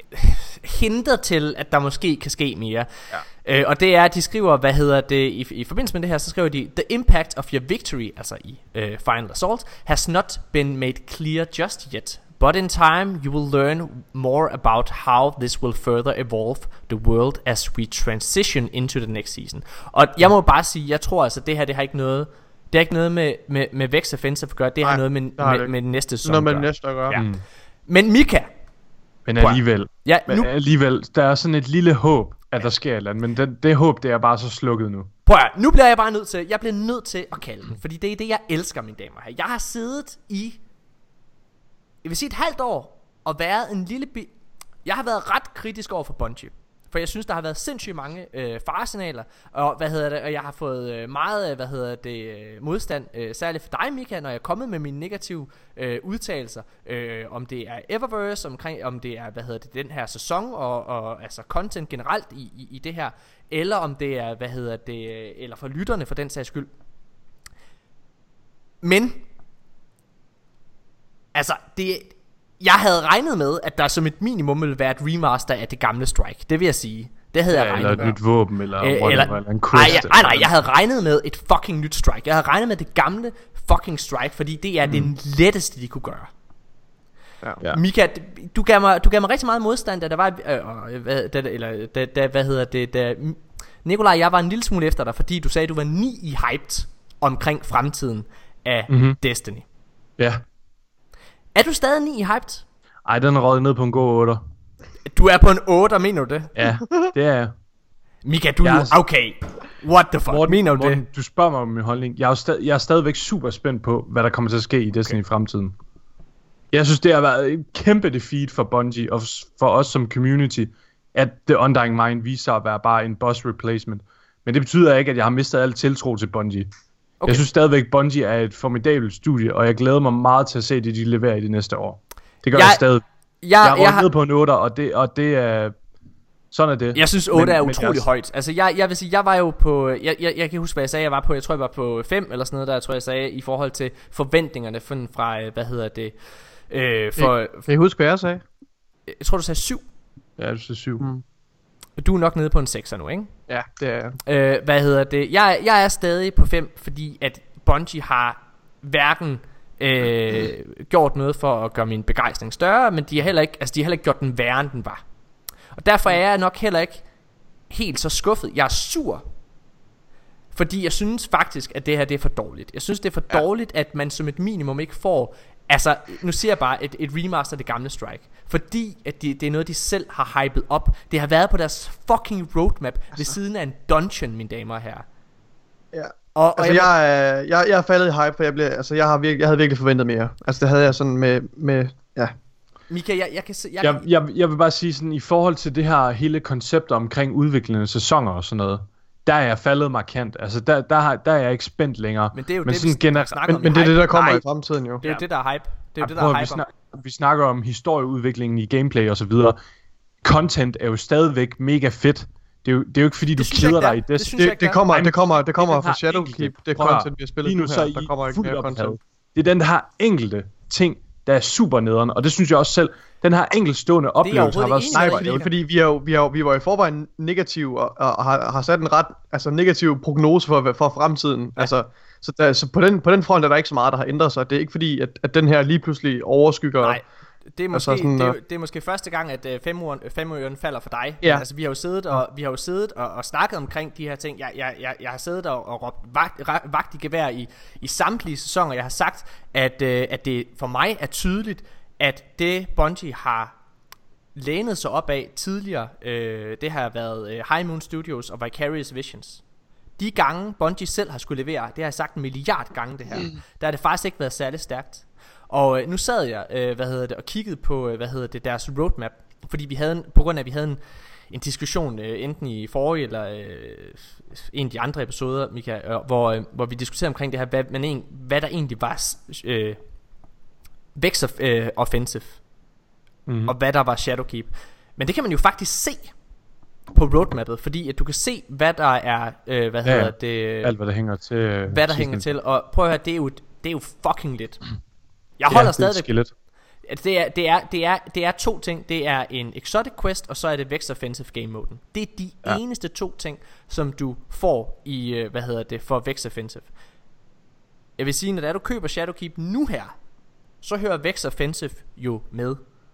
hinter til, at der måske kan ske mere. Ja. Øh, og det er, at de skriver, hvad hedder det, i, i forbindelse med det her, så skriver de, The impact of your victory, altså i øh, Final Assault, has not been made clear just yet. But in time, you will learn more about how this will further evolve the world as we transition into the next season. Og jeg må bare sige, jeg tror altså, det her, det har ikke noget, det har ikke noget med, med, med Vex Offensive at gøre, det Nej, har noget med, det har det med, ikke. med næste sæson Noget med at gøre. næste at gøre. Ja. Mm. Men Mika, Men alligevel, ja, men nu, alligevel, der er sådan et lille håb, at der sker et eller andet. Men det, det håb, det er bare så slukket nu. prøv at, høre, nu bliver jeg bare nødt til, jeg bliver nødt til at kalde den, fordi det er det, jeg elsker, mine damer her. Jeg har siddet i, jeg vil sige et halvt år, og været en lille bi... Jeg har været ret kritisk over for Bungie. For jeg synes, der har været sindssygt mange øh, faresignaler, og hvad hedder det, og jeg har fået øh, meget, øh, hvad hedder det, øh, modstand, øh, særligt for dig, Mika, når jeg er kommet med mine negative øh, udtalelser, øh, om det er Eververse, omkring, om det er, hvad hedder det, den her sæson, og, og altså content generelt i, i, i det her, eller om det er, hvad hedder det, øh, eller for lytterne for den sags skyld. Men, altså, det jeg havde regnet med, at der som et minimum ville være et remaster af det gamle Strike. Det vil jeg sige. Det havde Ja, jeg eller regnet et med. nyt våben, eller, Øh, whatever, eller, eller en quest. nej, jeg, nej, nej, eller- jeg havde regnet med et fucking nyt Strike. Jeg havde regnet med det gamle fucking Strike, fordi det er mm. den letteste, de kunne gøre. Ja. Ja. Mika, du gav mig, du gav mig rigtig meget modstand, da der var, øh, øh, hvad, da, eller, da, da, hvad hedder det, da Nikolaj, jeg var en lille smule efter dig, fordi du sagde, at du var ni i hyped omkring fremtiden af Mhm. Destiny. Ja. Er du stadig ni i hyped? Ej, den er røget ned på en god otter. Du er på en otte, mener du det? Ja, det er jeg. Mika, du er Jeg jo, er- okay, what the fuck, Morten, mener du Morten, det? du spørger mig om min holdning. Jeg er, jo stad, jeg er stadigvæk super spændt på, hvad der kommer til at ske i Destiny okay. i fremtiden. Jeg synes, det har været en kæmpe defeat for Bungie, og for os som community, at The Undying Mind viser sig at være bare en boss replacement. Men det betyder ikke, at jeg har mistet al tiltro til Bungie. Okay. Jeg synes stadigvæk, Bungie er et formidabelt studie, og jeg glæder mig meget til at se det, de leverer i de næste år. Det gør jeg, Jeg- jeg stadig. Jeg, Jeg er jeg, røget har, ned på en otter, og det, og det er... Sådan er det. jeg synes otte Men- er men utrolig jeg- højt. Altså jeg, jeg vil sige, jeg var jo på, jeg, jeg, jeg kan huske hvad jeg sagde, jeg var på, jeg tror jeg var på fem eller sådan noget der, jeg tror jeg sagde, i forhold til forventningerne fra, fra øh, hvad hedder det, øh, for, Kan I huske, hvad jeg sagde? jeg tror du sagde syv. Ja, det er syv. Mm. Du er nok nede på en sekser nu, ikke? Ja, det er jeg. Øh, hvad hedder det? Jeg, jeg er stadig på fem, fordi at Bungie har hverken øh, gjort noget for at gøre min begejstring større, men de har heller ikke, altså de har heller ikke gjort den værre end den var. Og derfor er jeg nok heller ikke helt så skuffet. Jeg er sur, fordi jeg synes faktisk, at det her det er for dårligt. Jeg synes det er for Ja. dårligt, at man som et minimum ikke får, altså nu siger jeg bare et, et remaster af det gamle Strike, fordi at de, det er noget de selv har hypet op. Det har været på deres fucking roadmap altså. ved siden af en dungeon, mine damer og herrer. Ja. Og, altså, og jeg, jeg, jeg, jeg er faldet i hype, for jeg, blev, altså, jeg, har virkelig, jeg havde virkelig forventet mere. Altså, det havde jeg sådan med, med ja. Mika, jeg, jeg kan se... Jeg, jeg, jeg, jeg vil bare sige sådan, i forhold til det her hele koncept omkring udviklende sæsoner og sådan noget, der er jeg faldet markant. Altså, der, der, har, der er jeg ikke spændt længere. Men det er jo men det, sådan vi gener- snakker Men, om men det er hype. det, der kommer Nej. i fremtiden jo. Det er jo Ja. det, der er hype. Det er jo det, der Prøv, er vi, hype om. snak- vi snakker om historieudviklingen i gameplay og så videre. Content er jo stadigvæk mega fedt. Det er jo, det er jo ikke fordi, du Det synes jeg keder ikke, dig i det er. Det Destiny. synes jeg Det, ikke, det kommer, Nej, det kommer, det kommer den fra har Shadowkeep, enkelte- det prøv at- content, vi har spillet lige nu nu så her. er Der I kommer ikke fuldt mere optaget. content. Det er den, der har enkelte ting, der er super nederen, og det synes jeg også selv, den her enkeltstående oplevelse har overhovedet været ikke Nej, enig med super. fordi, fordi vi, er jo, vi, er jo, vi var i forvejen negative og, og har, har sat en ret altså negativ prognose for, for fremtiden. Ja. Altså, så der, så på, den, på den front er der ikke så meget, der har ændret sig. Det er ikke fordi, at, at den her lige pludselig overskygger... Nej, det er måske, altså sådan, det, er, øh, det er måske første gang, at øh, femuren, femuren falder for dig. Ja. Altså, vi har jo siddet og vi har jo siddet og, og snakket omkring de her ting. Jeg, jeg, jeg, jeg har siddet og, og råbt vagt, ra- vagt i gevær i, i samtlige sæsoner. Jeg har sagt, at, øh, at det for mig er tydeligt, at det Bungie har lænet sig op af tidligere, øh, det har været øh, High Moon Studios og Vicarious Visions. De gange Bungie selv har skulle levere, det har jeg sagt en milliard gange det her, mm. der har det faktisk ikke været særlig stærkt. Og øh, nu sad jeg, øh, hvad hedder det, og kiggede på, øh, hvad hedder det, deres roadmap, fordi vi havde en, på grund af at vi havde en, en diskussion øh, enten i forrige eller øh, en af de andre episoder, Mika, øh, hvor øh, hvor vi diskuterede omkring det her, hvad, man en, hvad der egentlig var øh, Vex of, øh, offensive, mm. og hvad der var Shadowkeep. Men det kan man jo faktisk se på roadmappet, fordi at du kan se hvad der er, øh, hvad Ja, hedder det, alt hvad der hænger til. øh, hvad der sidste- hænger til. Og prøv at høre, det er jo, det er jo fucking lidt. Jeg holder ja, det er et stadigvæk. skelet. Det er, det, er, det, er, det er to ting. Det er en exotic quest, og så er det Vex offensive game moden. Det er de ja. eneste to ting, som du får i, øh, hvad hedder det, for Vex offensive. Jeg vil sige, når det er, du køber Shadowkeep nu her, så hører Vex offensive jo med.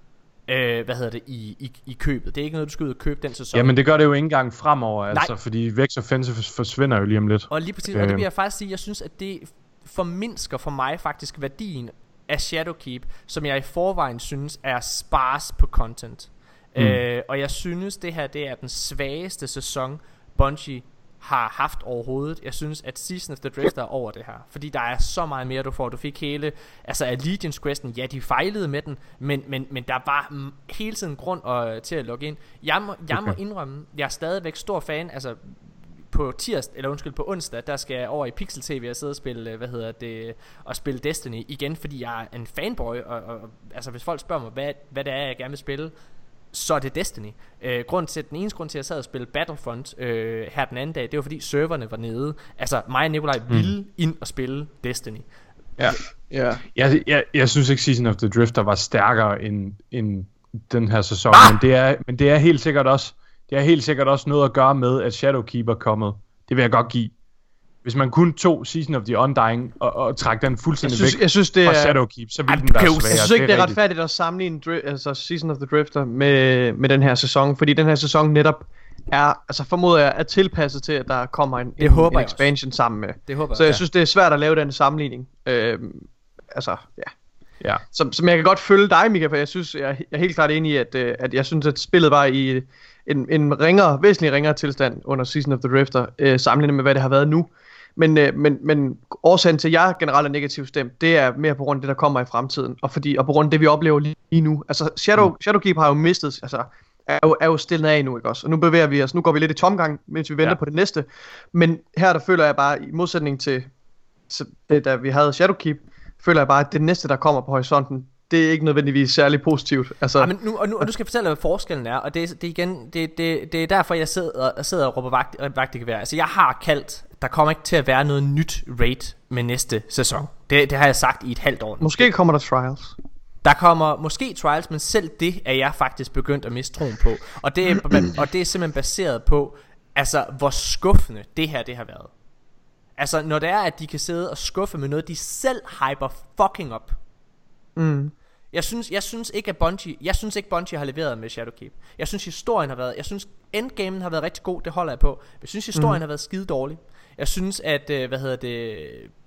Øh, hvad hedder det, i, i, i købet. Det er ikke noget, du skal ud og købe den sæson. Jamen det gør det jo ikke engang fremover, Nej. altså, fordi Vex Offensive forsvinder jo lige om lidt. Og lige præcis, øh. og det vil jeg faktisk sige, jeg synes, at det formindsker for mig faktisk værdien af Shadowkeep, som jeg i forvejen synes er spars på content. Mm. Øh, og jeg synes, det her det er den svageste sæson, Bungie har haft overhovedet. Jeg synes, at Season of the Drift er over det her, fordi der er så meget mere, du får. Du fik hele, altså Allegiance questen, ja, de fejlede med den, men, men, men der var mm, hele tiden grund øh, til at logge ind. Jeg må, jeg okay. må indrømme, jeg er stadigvæk stor fan, altså på tirsdag, eller undskyld, på onsdag, der skal jeg over i Pixel T V og sidde og spille, hvad hedder det, og spille Destiny igen, fordi jeg er en fanboy, og, og altså hvis folk spørger mig, hvad, hvad det er, jeg gerne vil spille, så er det Destiny. Øh, grund til, den eneste grund til, at jeg sad og spillede Battlefront øh, her den anden dag, det var fordi serverne var nede. Altså mig og Nikolaj mm. ville ind og spille Destiny. Ja. Ja. Jeg, jeg, jeg synes ikke Season of the Drifter var stærkere end, end den her sæson, Ah! men, det er, men det er helt sikkert også det er helt sikkert også noget at gøre med, at Shadowkeep er kommet. Det vil jeg godt give. Hvis man kun tog Season of the Undying og, og trak den fuldstændig Jeg synes, væk jeg synes, det fra er, Shadowkeep, så ville Ej, den du være kan jo- svagere. jeg synes ikke, det er rigtigt. retfærdigt at sammenligne dri- altså Season of the Drifter med, med den her sæson, fordi den her sæson netop er, altså formoder jeg, er tilpasset til, at der kommer en, en, håber en jeg expansion sammen med. Det håber Så jeg ja. synes, det er svært at lave den sammenligning. Øhm, altså, ja. Ja. Som, som jeg kan godt følge dig, Mika, for jeg synes, jeg, jeg er helt klart enig i, at, øh, at jeg synes, at spillet var i en, en ringere, væsentlig ringere tilstand under Season of the Drifter, øh, sammenlignet med, hvad det har været nu. Men, øh, men, men årsagen til, at jeg generelt er negativt stemt, det er mere på grund af det, der kommer i fremtiden, og, fordi, og på grund af det, vi oplever lige, lige nu. Altså, Shadow, mm. Shadowkeep har jo mistet, altså, er jo, er jo stillet af nu, ikke også? Og nu bevæger vi os, nu går vi lidt i tomgang, mens vi venter ja. på det næste. Men her, der føler jeg bare, i modsætning til, til det, da vi havde Shadowkeep, føler jeg bare, at det næste, der kommer på horisonten, det er ikke nødvendigvis særlig positivt. Altså, ja, men nu, og, nu, og nu skal jeg fortælle, hvad forskellen er. Og det, det, igen, det, det, det er derfor, jeg sidder, jeg sidder og råber vagt, vagt i gevær. Altså, jeg har kaldt, der kommer ikke til at være noget nyt raid med næste sæson. Det, det har jeg sagt i et halvt år. Måske kommer der trials. Der kommer måske trials, men selv det er jeg faktisk begyndt at miste troen på. Og det er, og det er simpelthen baseret på, altså, hvor skuffende det her det har været. Altså, når det er, at de kan sidde og skuffe med noget, de selv hyper fucking op. Mm. Jeg synes, jeg synes ikke at Bungie, jeg synes ikke Bungie har leveret med Shadowkeep. Jeg synes historien har været, jeg synes endgamen har været rigtig god, det holder jeg på. Jeg synes historien mm. har været skide dårlig. Jeg synes at øh, hvad hedder det,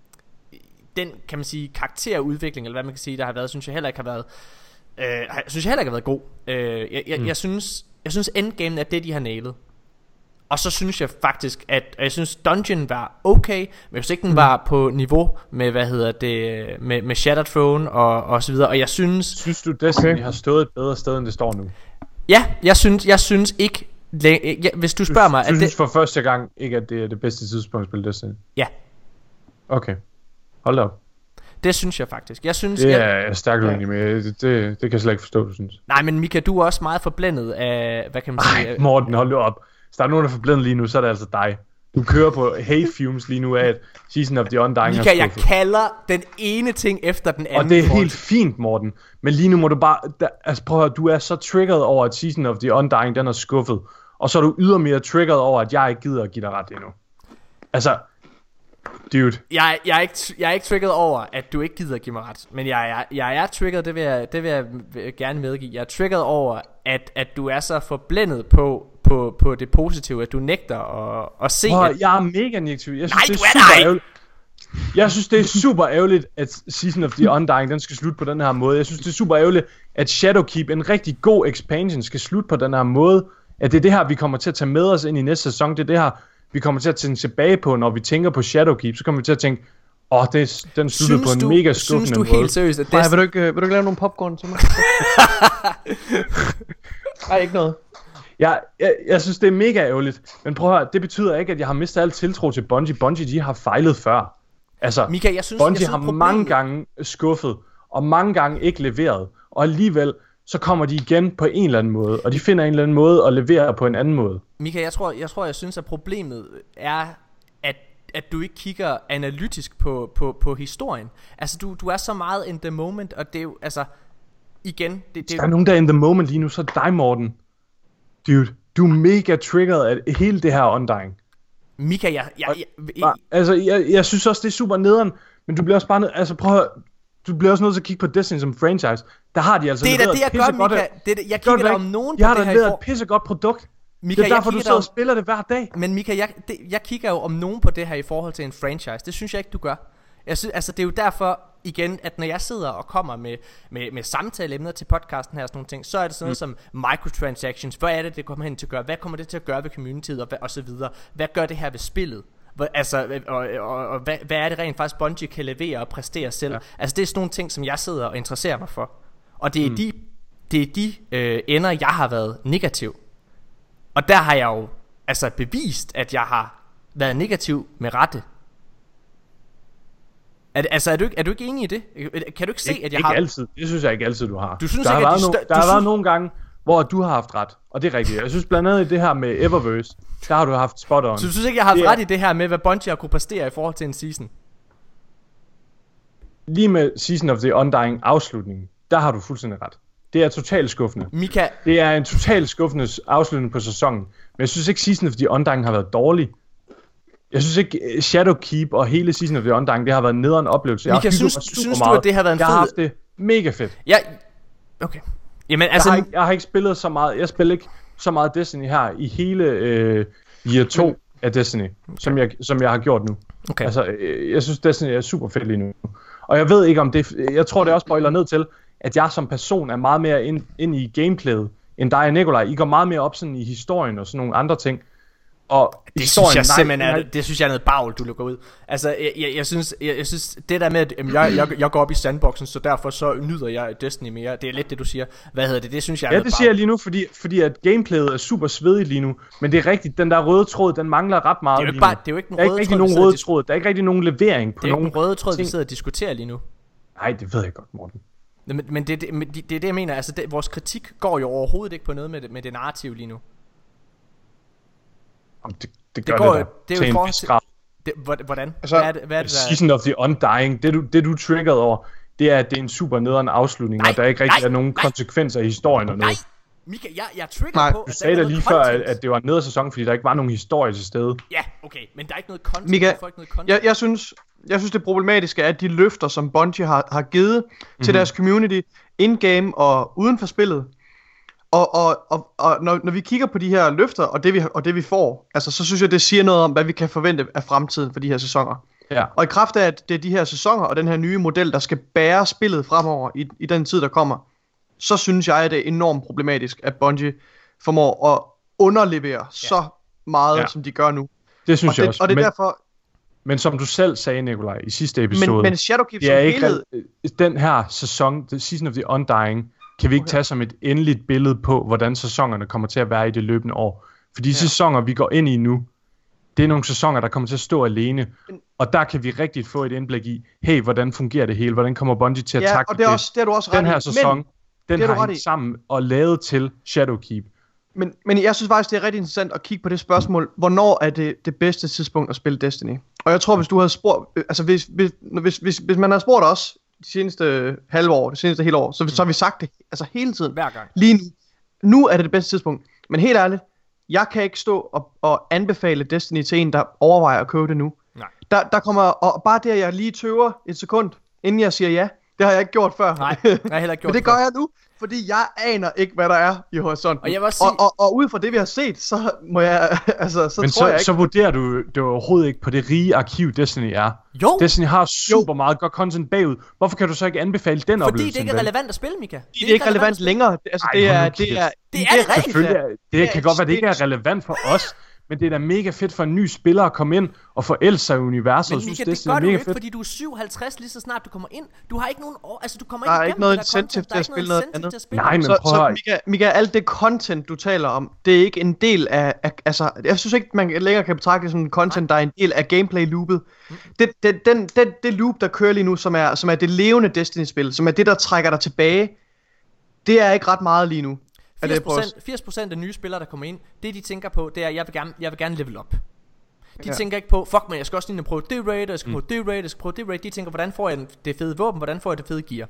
den kan man sige karakterudvikling eller hvad man kan sige der har været, synes jeg heller ikke har været, øh, jeg synes jeg heller ikke har været god. Øh, jeg, jeg, mm. jeg synes, jeg synes endgamen er det de har nailet. Og så synes jeg faktisk, at jeg synes Dungeon var okay, men jeg synes ikke den mm. var på niveau med, hvad hedder det, med, med Shattered Throne og, og så videre. Og jeg synes... Synes du Destiny okay. har stået et bedre sted, end det står nu? Ja, jeg synes, jeg synes ikke... Ja, hvis du spørger du, mig... Du synes det... for første gang ikke, at det er det bedste tidspunkt at spille Destiny? Ja. Okay. Hold da op. Det synes jeg faktisk. Jeg synes, det er jeg... jeg stærkt uenig med. Det, det, det kan jeg slet ikke forstå, du synes. Nej, men Mika, du er også meget forblændet af... Hvad kan man sige? Ej, Morten, hold nu op. Hvis der er nogen, der er forblændet lige nu, så er det altså dig. Du kører på hate fumes lige nu af, at Season of the Undying Mika, jeg kalder den ene ting efter den anden. Og det er helt fint, Morten. Men lige nu må du bare... Der, altså prøv at høre, du er så triggeret over, at Season of the Undying, den er skuffet. Og så er du ydermere triggeret over, at jeg ikke gider at give dig ret endnu. Altså... Dude. Jeg, jeg, er ikke, jeg er ikke triggeret over, at du ikke gider at give mig ret. Men jeg, jeg, jeg er triggeret, det vil jeg, det vil jeg gerne medgive. Jeg er triggeret over, at, at du er så forblændet på, på, på det positive, at du nægter at, at se... Prøv, at... jeg er mega negativ. Jeg synes, Nej, det du er, er super dig. ærgerligt. Jeg synes, det er super ærgerligt, at Season of the Undying, den skal slutte på den her måde. Jeg synes, det er super ærgerligt, at Shadowkeep, en rigtig god expansion, skal slutte på den her måde. At det er det her, vi kommer til at tage med os ind i næste sæson. Det er det her, vi kommer til at tænke tilbage på, når vi tænker på Shadowkeep. Så kommer vi til at tænke, åh, oh, det, den sluttede på en du, mega skuffende måde. Synes du helt seriøst, at det... Nej, vil du ikke, vil du ikke lave nogle popcorn til mig? Nej, ikke noget. Jeg, jeg, jeg synes, det er mega ærgerligt. Men prøv at høre, det betyder ikke, at jeg har mistet al tiltro til Bungie. Bungie, de har fejlet før. Altså, Mika, jeg synes, Bungie jeg synes, har problemet... mange gange skuffet, og mange gange ikke leveret. Og alligevel, så kommer de igen på en eller anden måde, og de finder en eller anden måde at levere på en anden måde. Mika, jeg tror, jeg tror, jeg synes, at problemet er, at, at du ikke kigger analytisk på, på, på historien. Altså, du, du er så meget in the moment, og det er jo, altså, igen... Det, det... Hvis der er nogen, der er in the moment lige nu, så er det dig, Morten. Dude, du er mega triggeret af hele det her Undying. Mika, jeg... jeg, jeg, jeg, jeg altså, jeg, jeg synes også, det er super nederen, men du bliver også bare nødt... Altså, prøv at høre, du bliver også nødt til at kigge på Destiny som franchise. Der har de altså det er da det, jeg gør, Mika. Det er det, jeg kigger der om nogen på jeg har det da her... Jeg har da et pissegodt produkt. Mika, det er derfor, du sidder om... og spiller det hver dag. Men Mika, jeg, det, jeg kigger jo om nogen på det her i forhold til en franchise. Det synes jeg ikke, du gør. Jeg synes, altså, det er jo derfor, igen, at når jeg sidder og kommer med, med, med samtaleemner til podcasten her og sådan nogle ting, så er det sådan noget mm. som microtransactions. Hvad er det, det kommer hen til at gøre? Hvad kommer det til at gøre ved communityet og, og så videre? Hvad gør det her ved spillet? Hvor, altså, og, og, og hvad, hvad er det rent faktisk Bungie kan levere og præstere selv? Ja. Altså, det er sådan nogle ting, som jeg sidder og interesserer mig for. Og det er mm. de, det er de øh, ender, jeg har været negativ. Og der har jeg jo altså bevist, at jeg har været negativ med rette. Er, altså, er du, ikke, er du ikke enig i det? Kan du ikke se, Ik- at jeg ikke har... Ikke altid. Det synes jeg ikke altid, du har. Du synes der ikke, har at de været, stø- no- der har synes... været nogle gange, hvor du har haft ret. Og det er rigtigt. Jeg synes blandt andet i det her med Eververse, der har du haft spot on. Så du synes ikke, jeg har haft det ret er... i det her med, hvad Bungie har kunne præstere i forhold til en season? Lige med Season of the Undying afslutningen, der har du fuldstændig ret. Det er totalt skuffende. Mika... Det er en totalt skuffende afslutning på sæsonen. Men jeg synes ikke, Season of the Undying har været dårlig. Jeg synes ikke, Shadowkeep og hele Season of the Undying, det har været nederen oplevelse. Mika, synes, synes du, at det har været en jeg fed... Jeg har haft det mega fedt. Ja, okay. Jamen, altså... Jeg har, ikke, jeg har ikke spillet så meget, jeg spiller ikke så meget Destiny her i hele øh, year to af Destiny, okay. som, jeg, som jeg har gjort nu. Okay. Altså, øh, jeg synes Destiny er super fedt lige nu. Og jeg ved ikke om det, jeg tror det også boiler ned til, at jeg som person er meget mere ind, ind i gameplayet, end dig og Nikolaj. I går meget mere op sådan i historien og sådan nogle andre ting. Og det synes jeg simpelthen er, det synes jeg er noget bagl, du lukker ud. Altså, jeg, jeg, jeg, synes, jeg, jeg synes, det der med, at jeg, jeg, jeg går op i sandboxen, så derfor så nyder jeg Destiny mere. Det er lidt det, du siger. Hvad hedder det? Det synes jeg er ja, noget det siger jeg lige nu, fordi, fordi at gameplayet er super svedigt lige nu. Men det er rigtigt, den der røde tråd, den mangler ret meget. Det er jo ikke, bare, det er jo ikke den røde, ikke tråd, nogen røde tråd. Der er ikke rigtig nogen levering på nogen. Det er nogen ikke en røde tråd, ting. vi sidder og diskuterer lige nu. Nej, det ved jeg godt, Morten. Men, men det, det, det, det er det, jeg mener. Altså, det, vores kritik går jo overhovedet ikke på noget med det, med det narrativ lige nu. Det, det gør det, går, det, det er jo i forhold til... Det, hvordan? Altså, hvad er det, hvad er det, der... Season of the Undying, det du, det du triggeret over, det er, at det er en super nederen afslutning, nej, og der er ikke rigtig nej, er nogen nej, konsekvenser i historien og noget. Nej, Mika, jeg, jeg er trigger på... Du sagde da lige før, at, at det var en nederen sæson, fordi der ikke var nogen historie til stede. Ja, okay, men der er ikke noget content. Mika, ikke noget content. Jeg, jeg, synes, jeg synes det problematiske er, at de løfter, som Bungie har, har givet mm-hmm. til deres community, in-game og uden for spillet, Og, og, og, og når, når vi kigger på de her løfter og det vi, og det vi får, altså så synes jeg det siger noget om hvad vi kan forvente af fremtiden for de her sæsoner. Ja. Og i kraft af at det er de her sæsoner og den her nye model der skal bære spillet fremover i, i den tid der kommer, så synes jeg at det er enormt problematisk at Bungie formår at underlevere ja. så meget, ja. som de gør nu. Det synes og jeg det, også. Og det er men, derfor... men som du selv sagde, Nikolaj, i sidste episode... Men, men Shadowkeep som er ikke helhed... Den her sæson, The Season of the Undying, kan vi ikke okay. tage som et endeligt billede på, hvordan sæsonerne kommer til at være i det løbende år. For de ja. sæsoner, vi går ind i nu, det er nogle sæsoner, der kommer til at stå alene. Men, og der kan vi rigtig få et indblik i, hey, hvordan fungerer det hele? Hvordan kommer Bungie til at ja, takle og det? Er også, det er du også ret Den her i. sæson, men, den har hængt sammen og lavet til Shadowkeep. Men, men jeg synes faktisk, det er rigtig interessant at kigge på det spørgsmål, hvornår er det det bedste tidspunkt at spille Destiny? Og jeg tror, hvis du havde spurgt, altså hvis, hvis, hvis, hvis, hvis man havde spurgt os de seneste halve år, det seneste hele år, så, mm. så har vi sagt det altså hele tiden. Hver gang. Lige nu. Nu er det det bedste tidspunkt. Men helt ærligt, jeg kan ikke stå og, og anbefale Destiny til en, der overvejer at købe det nu. Nej. Der, der kommer, og bare det, at jeg lige tøver et sekund, inden jeg siger ja, det har jeg ikke gjort før. Nej, jeg har heller ikke gjort Men det gør jeg nu. Fordi jeg aner ikke, hvad der er i horisonten. Og, jeg vil sige... og, og, og ud fra det, vi har set, så må jeg, altså, så Men tror så, jeg ikke... så vurderer du det overhovedet ikke på det rige arkiv, Destiny er. Jo. Destiny har super jo. meget godt content bagud. Hvorfor kan du så ikke anbefale den Fordi oplevelse? det ikke er relevant at spille, Mika. Det, det er ikke relevant, relevant længere. Altså, Ej, det, er, det, er, det er det er rigtigt. Selvfølgelig, er, det, det kan godt være, det ikke er relevant for os. Men det er da mega fedt for en ny spiller at komme ind og forelske sig i universet. Men Mika, synes, det, det gør du ikke, fedt. fordi du er syvoghalvtreds lige så snart du kommer ind. Du har ikke nogen år, altså du kommer der ikke er igennem ikke noget det incentive til at spille noget andet. Nej, men så, prøv så at... Mika, Mika, alt det content, du taler om, det er ikke en del af, af altså, jeg synes ikke, man længere kan betragte det som en content, Nej. der er en del af gameplay-loopet. Mm. Det, det, den, den, det loop, der kører lige nu, som er, som er det levende Destiny-spil, som er det, der trækker dig tilbage, det er ikke ret meget lige nu. firs procent af nye spillere, der kommer ind, det de tænker på, det er, jeg vil gerne, jeg vil gerne level up. De ja. tænker ikke på, fuck man, jeg skal også lige prøve det raid, jeg skal prøve mm. det raid, jeg skal prøve det raid. De tænker, hvordan får jeg det fede våben, hvordan får jeg det fede gear.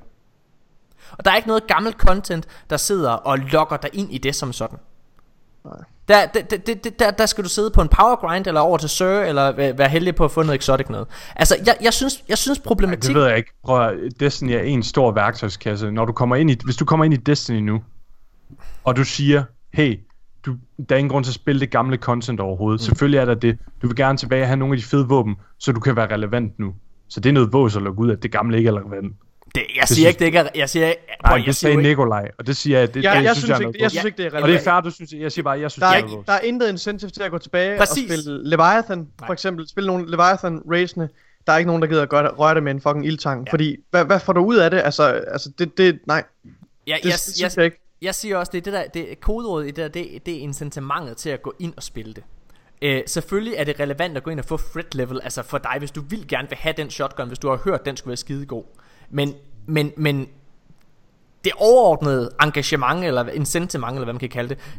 Og der er ikke noget gammelt content, der sidder og lokker dig ind i det som sådan. Nej. Der, der, der, der, der skal du sidde på en power grind, eller over til Sur, eller være heldig på at få noget exotic noget. Altså, jeg, jeg synes, jeg synes problematik... Nej, det ved jeg ikke. Prøv at, Destiny er en stor værktøjskasse. Når du kommer ind i, hvis du kommer ind i Destiny nu, og du siger, hey, du, der er ingen grund til at spille det gamle content overhovedet. Mm. Selvfølgelig er der det. Du vil gerne tilbage og have nogle af de fede våben, så du kan være relevant nu. Så det er noget vås at lukke ud, at det gamle ikke er relevant. Det, jeg det siger synes, ikke, det ikke er... Jeg siger, nej, jeg det sagde siger Nikolaj, og det siger jeg... Det, ja, det, jeg, jeg, synes, synes, jeg, ikke, jeg synes ikke, det er relevant. Og det er fair, du synes, jeg siger bare, jeg synes, der er, det ikke, der er intet incentive til at gå tilbage Præcis. og spille Leviathan, nej. For eksempel. Spille nogle Leviathan-racene. Der er ikke nogen, der gider at gøre det, røre det med en fucking ildtang. Ja. Fordi, hvad, hvad får du ud af det? Altså, altså det, det, nej. Ja, det, jeg, det synes jeg, jeg ikke. Jeg siger også, det er det der, det kodeordet i det der, det, det er incitamentet til at gå ind og spille det. Øh, selvfølgelig er det relevant at gå ind og få threat level, altså for dig, hvis du vil gerne vil have den shotgun, hvis du har hørt, den skulle være skidegod. Men, men, men det overordnede engagement, eller incitament, eller hvad man kan kalde det,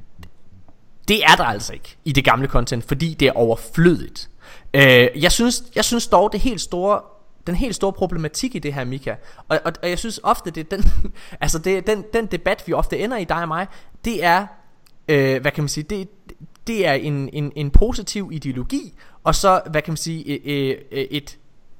det er der altså ikke i det gamle content, fordi det er overflødigt. Øh, jeg synes, jeg synes dog, det helt store, den helt store problematik i det her, Mika, og, og, og jeg synes ofte, det er den, altså det er den, den debat, vi ofte ender i, dig og mig, det er, øh, hvad kan man sige, det, det er en, en, en positiv ideologi, og så, hvad kan man sige, et, et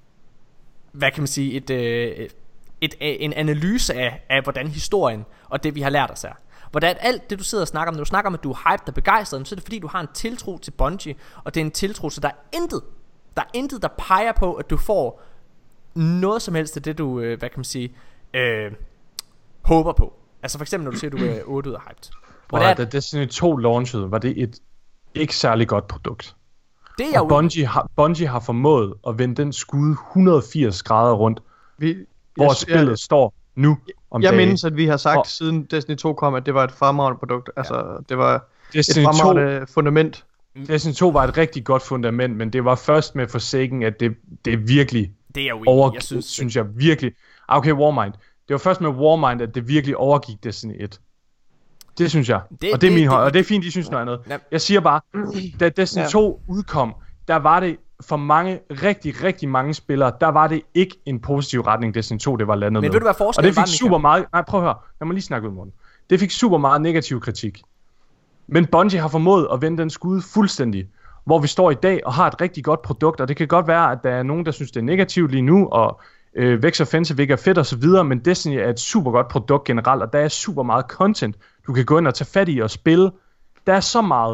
hvad kan man sige, et, et, et, en analyse af, af, hvordan historien og det, vi har lært os er. Hvordan alt det, du sidder og snakker om, når du snakker om, at du er hyped og begejstret, så er det fordi, du har en tiltro til Bungie, og det er en tiltro, så der er intet, der er intet, der peger på, at du får noget som helst af det, du, øh, hvad kan man sige, øh, håber på. Altså for eksempel, når du siger, at du er otte ud af hyped. Hvor er, da Destiny to launchede, var det et ikke særlig godt produkt. Det er og Bungie har, Bungie har formået at vende den skude et hundrede og firs grader rundt, Vi, hvor jeg, spillet jeg, står nu om Jeg dagen. mindes, at vi har sagt, og, siden Destiny to kom, at det var et fremragende produkt. Altså, ja. det var Destiny et fremragende to, fundament. Destiny to var et rigtig godt fundament, men det var først med Forsaken, at det, det virkelig det er over, jeg synes, synes jeg virkelig. Okay, Warmind. Det var først med Warmind, at det virkelig overgik Destiny et. Det synes jeg. Det, og det er min høj, og det er fint, de synes noget andet. Ja. Jeg siger bare, da Destiny ja. to udkom, der var det for mange, rigtig, rigtig mange spillere, der var det ikke en positiv retning, Destiny to, det var landet med. Men ved du, hvad forskellen var, og det fik super meget, nej prøv at høre, lad mig lige snakke ud, Morten. Det fik super meget negativ kritik. Men Bungie har formået at vende den skude fuldstændig, hvor vi står i dag og har et rigtig godt produkt, og det kan godt være, at der er nogen, der synes, det er negativt lige nu, og øh, Vex Offensive ikke er fedt og så videre, men Destiny er et super godt produkt generelt, og der er super meget content, du kan gå ind og tage fat i og spille. Der er så meget,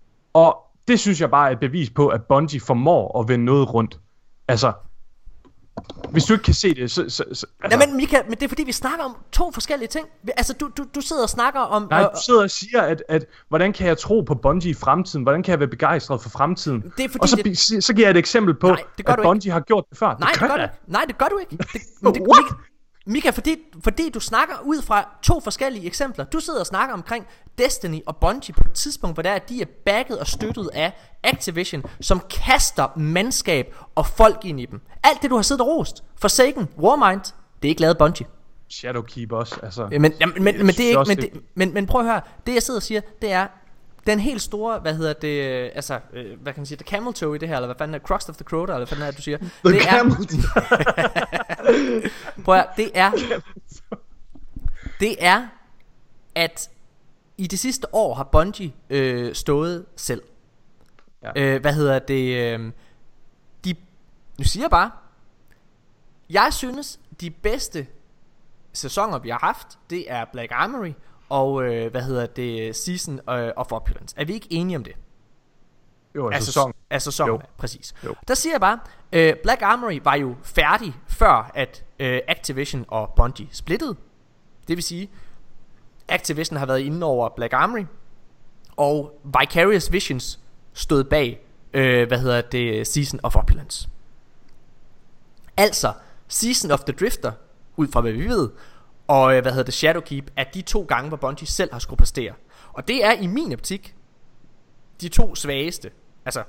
og det synes jeg bare er et bevis på, at Bungie formår at vende noget rundt. Altså, Hvis du ikke kan se det, så... så, så altså. Nej, men Mika, men det er fordi, vi snakker om to forskellige ting. Altså, du, du, du sidder og snakker om... Nej, du sidder og siger, at, at hvordan kan jeg tro på Bungie i fremtiden? Hvordan kan jeg være begejstret for fremtiden? Det er fordi, og så, det... så, så giver jeg et eksempel på, nej, at Bungie ikke. har gjort det før. Nej, det, det gør du ikke. Nej, det gør du ikke. Det, men det, Mika, Mika, fordi, fordi du snakker ud fra to forskellige eksempler. Du sidder og snakker omkring Destiny og Bungie på et tidspunkt, hvor der er, at de er backet og støttet af Activision, som kaster mandskab og folk ind i dem. Alt det, du har siddet og rost. Forsaken, Warmind, det er ikke lavet Bungie. Shadowkeep også, altså. Men, ja, men, men, men, det er ikke, men, det, men, men prøv at høre, det jeg sidder og siger, det er, den helt store, hvad hedder det, altså, øh, hvad kan man sige, the camel toe i det her, eller hvad fanden er, Crux of the Crota, eller hvad fanden er det, du siger? The det camel er, prøv at høre, det er, det er, at i det sidste år har Bungie øh, stået selv. Ja. Øh, hvad hedder det, øh, de, nu siger jeg bare, jeg synes, de bedste sæsoner, vi har haft, det er Black Armory, og øh, hvad hedder det, Season øh, of Opulence. Er vi ikke enige om det? Jo, af sæsonen. Af sæsonen, præcis. Jo. Der siger jeg bare, øh, Black Armory var jo færdig før at øh, Activision og Bungie splittede. Det vil sige, Activision har været inde over Black Armory, og Vicarious Visions stod bag, øh, hvad hedder det, Season of Opulence. Altså, Season of the Drifter, ud fra hvad vi ved, og hvad hedder det, Shadowkeep, er de to gange, hvor Bungie selv har skulle præstere. Og det er i min optik de to svageste. Altså,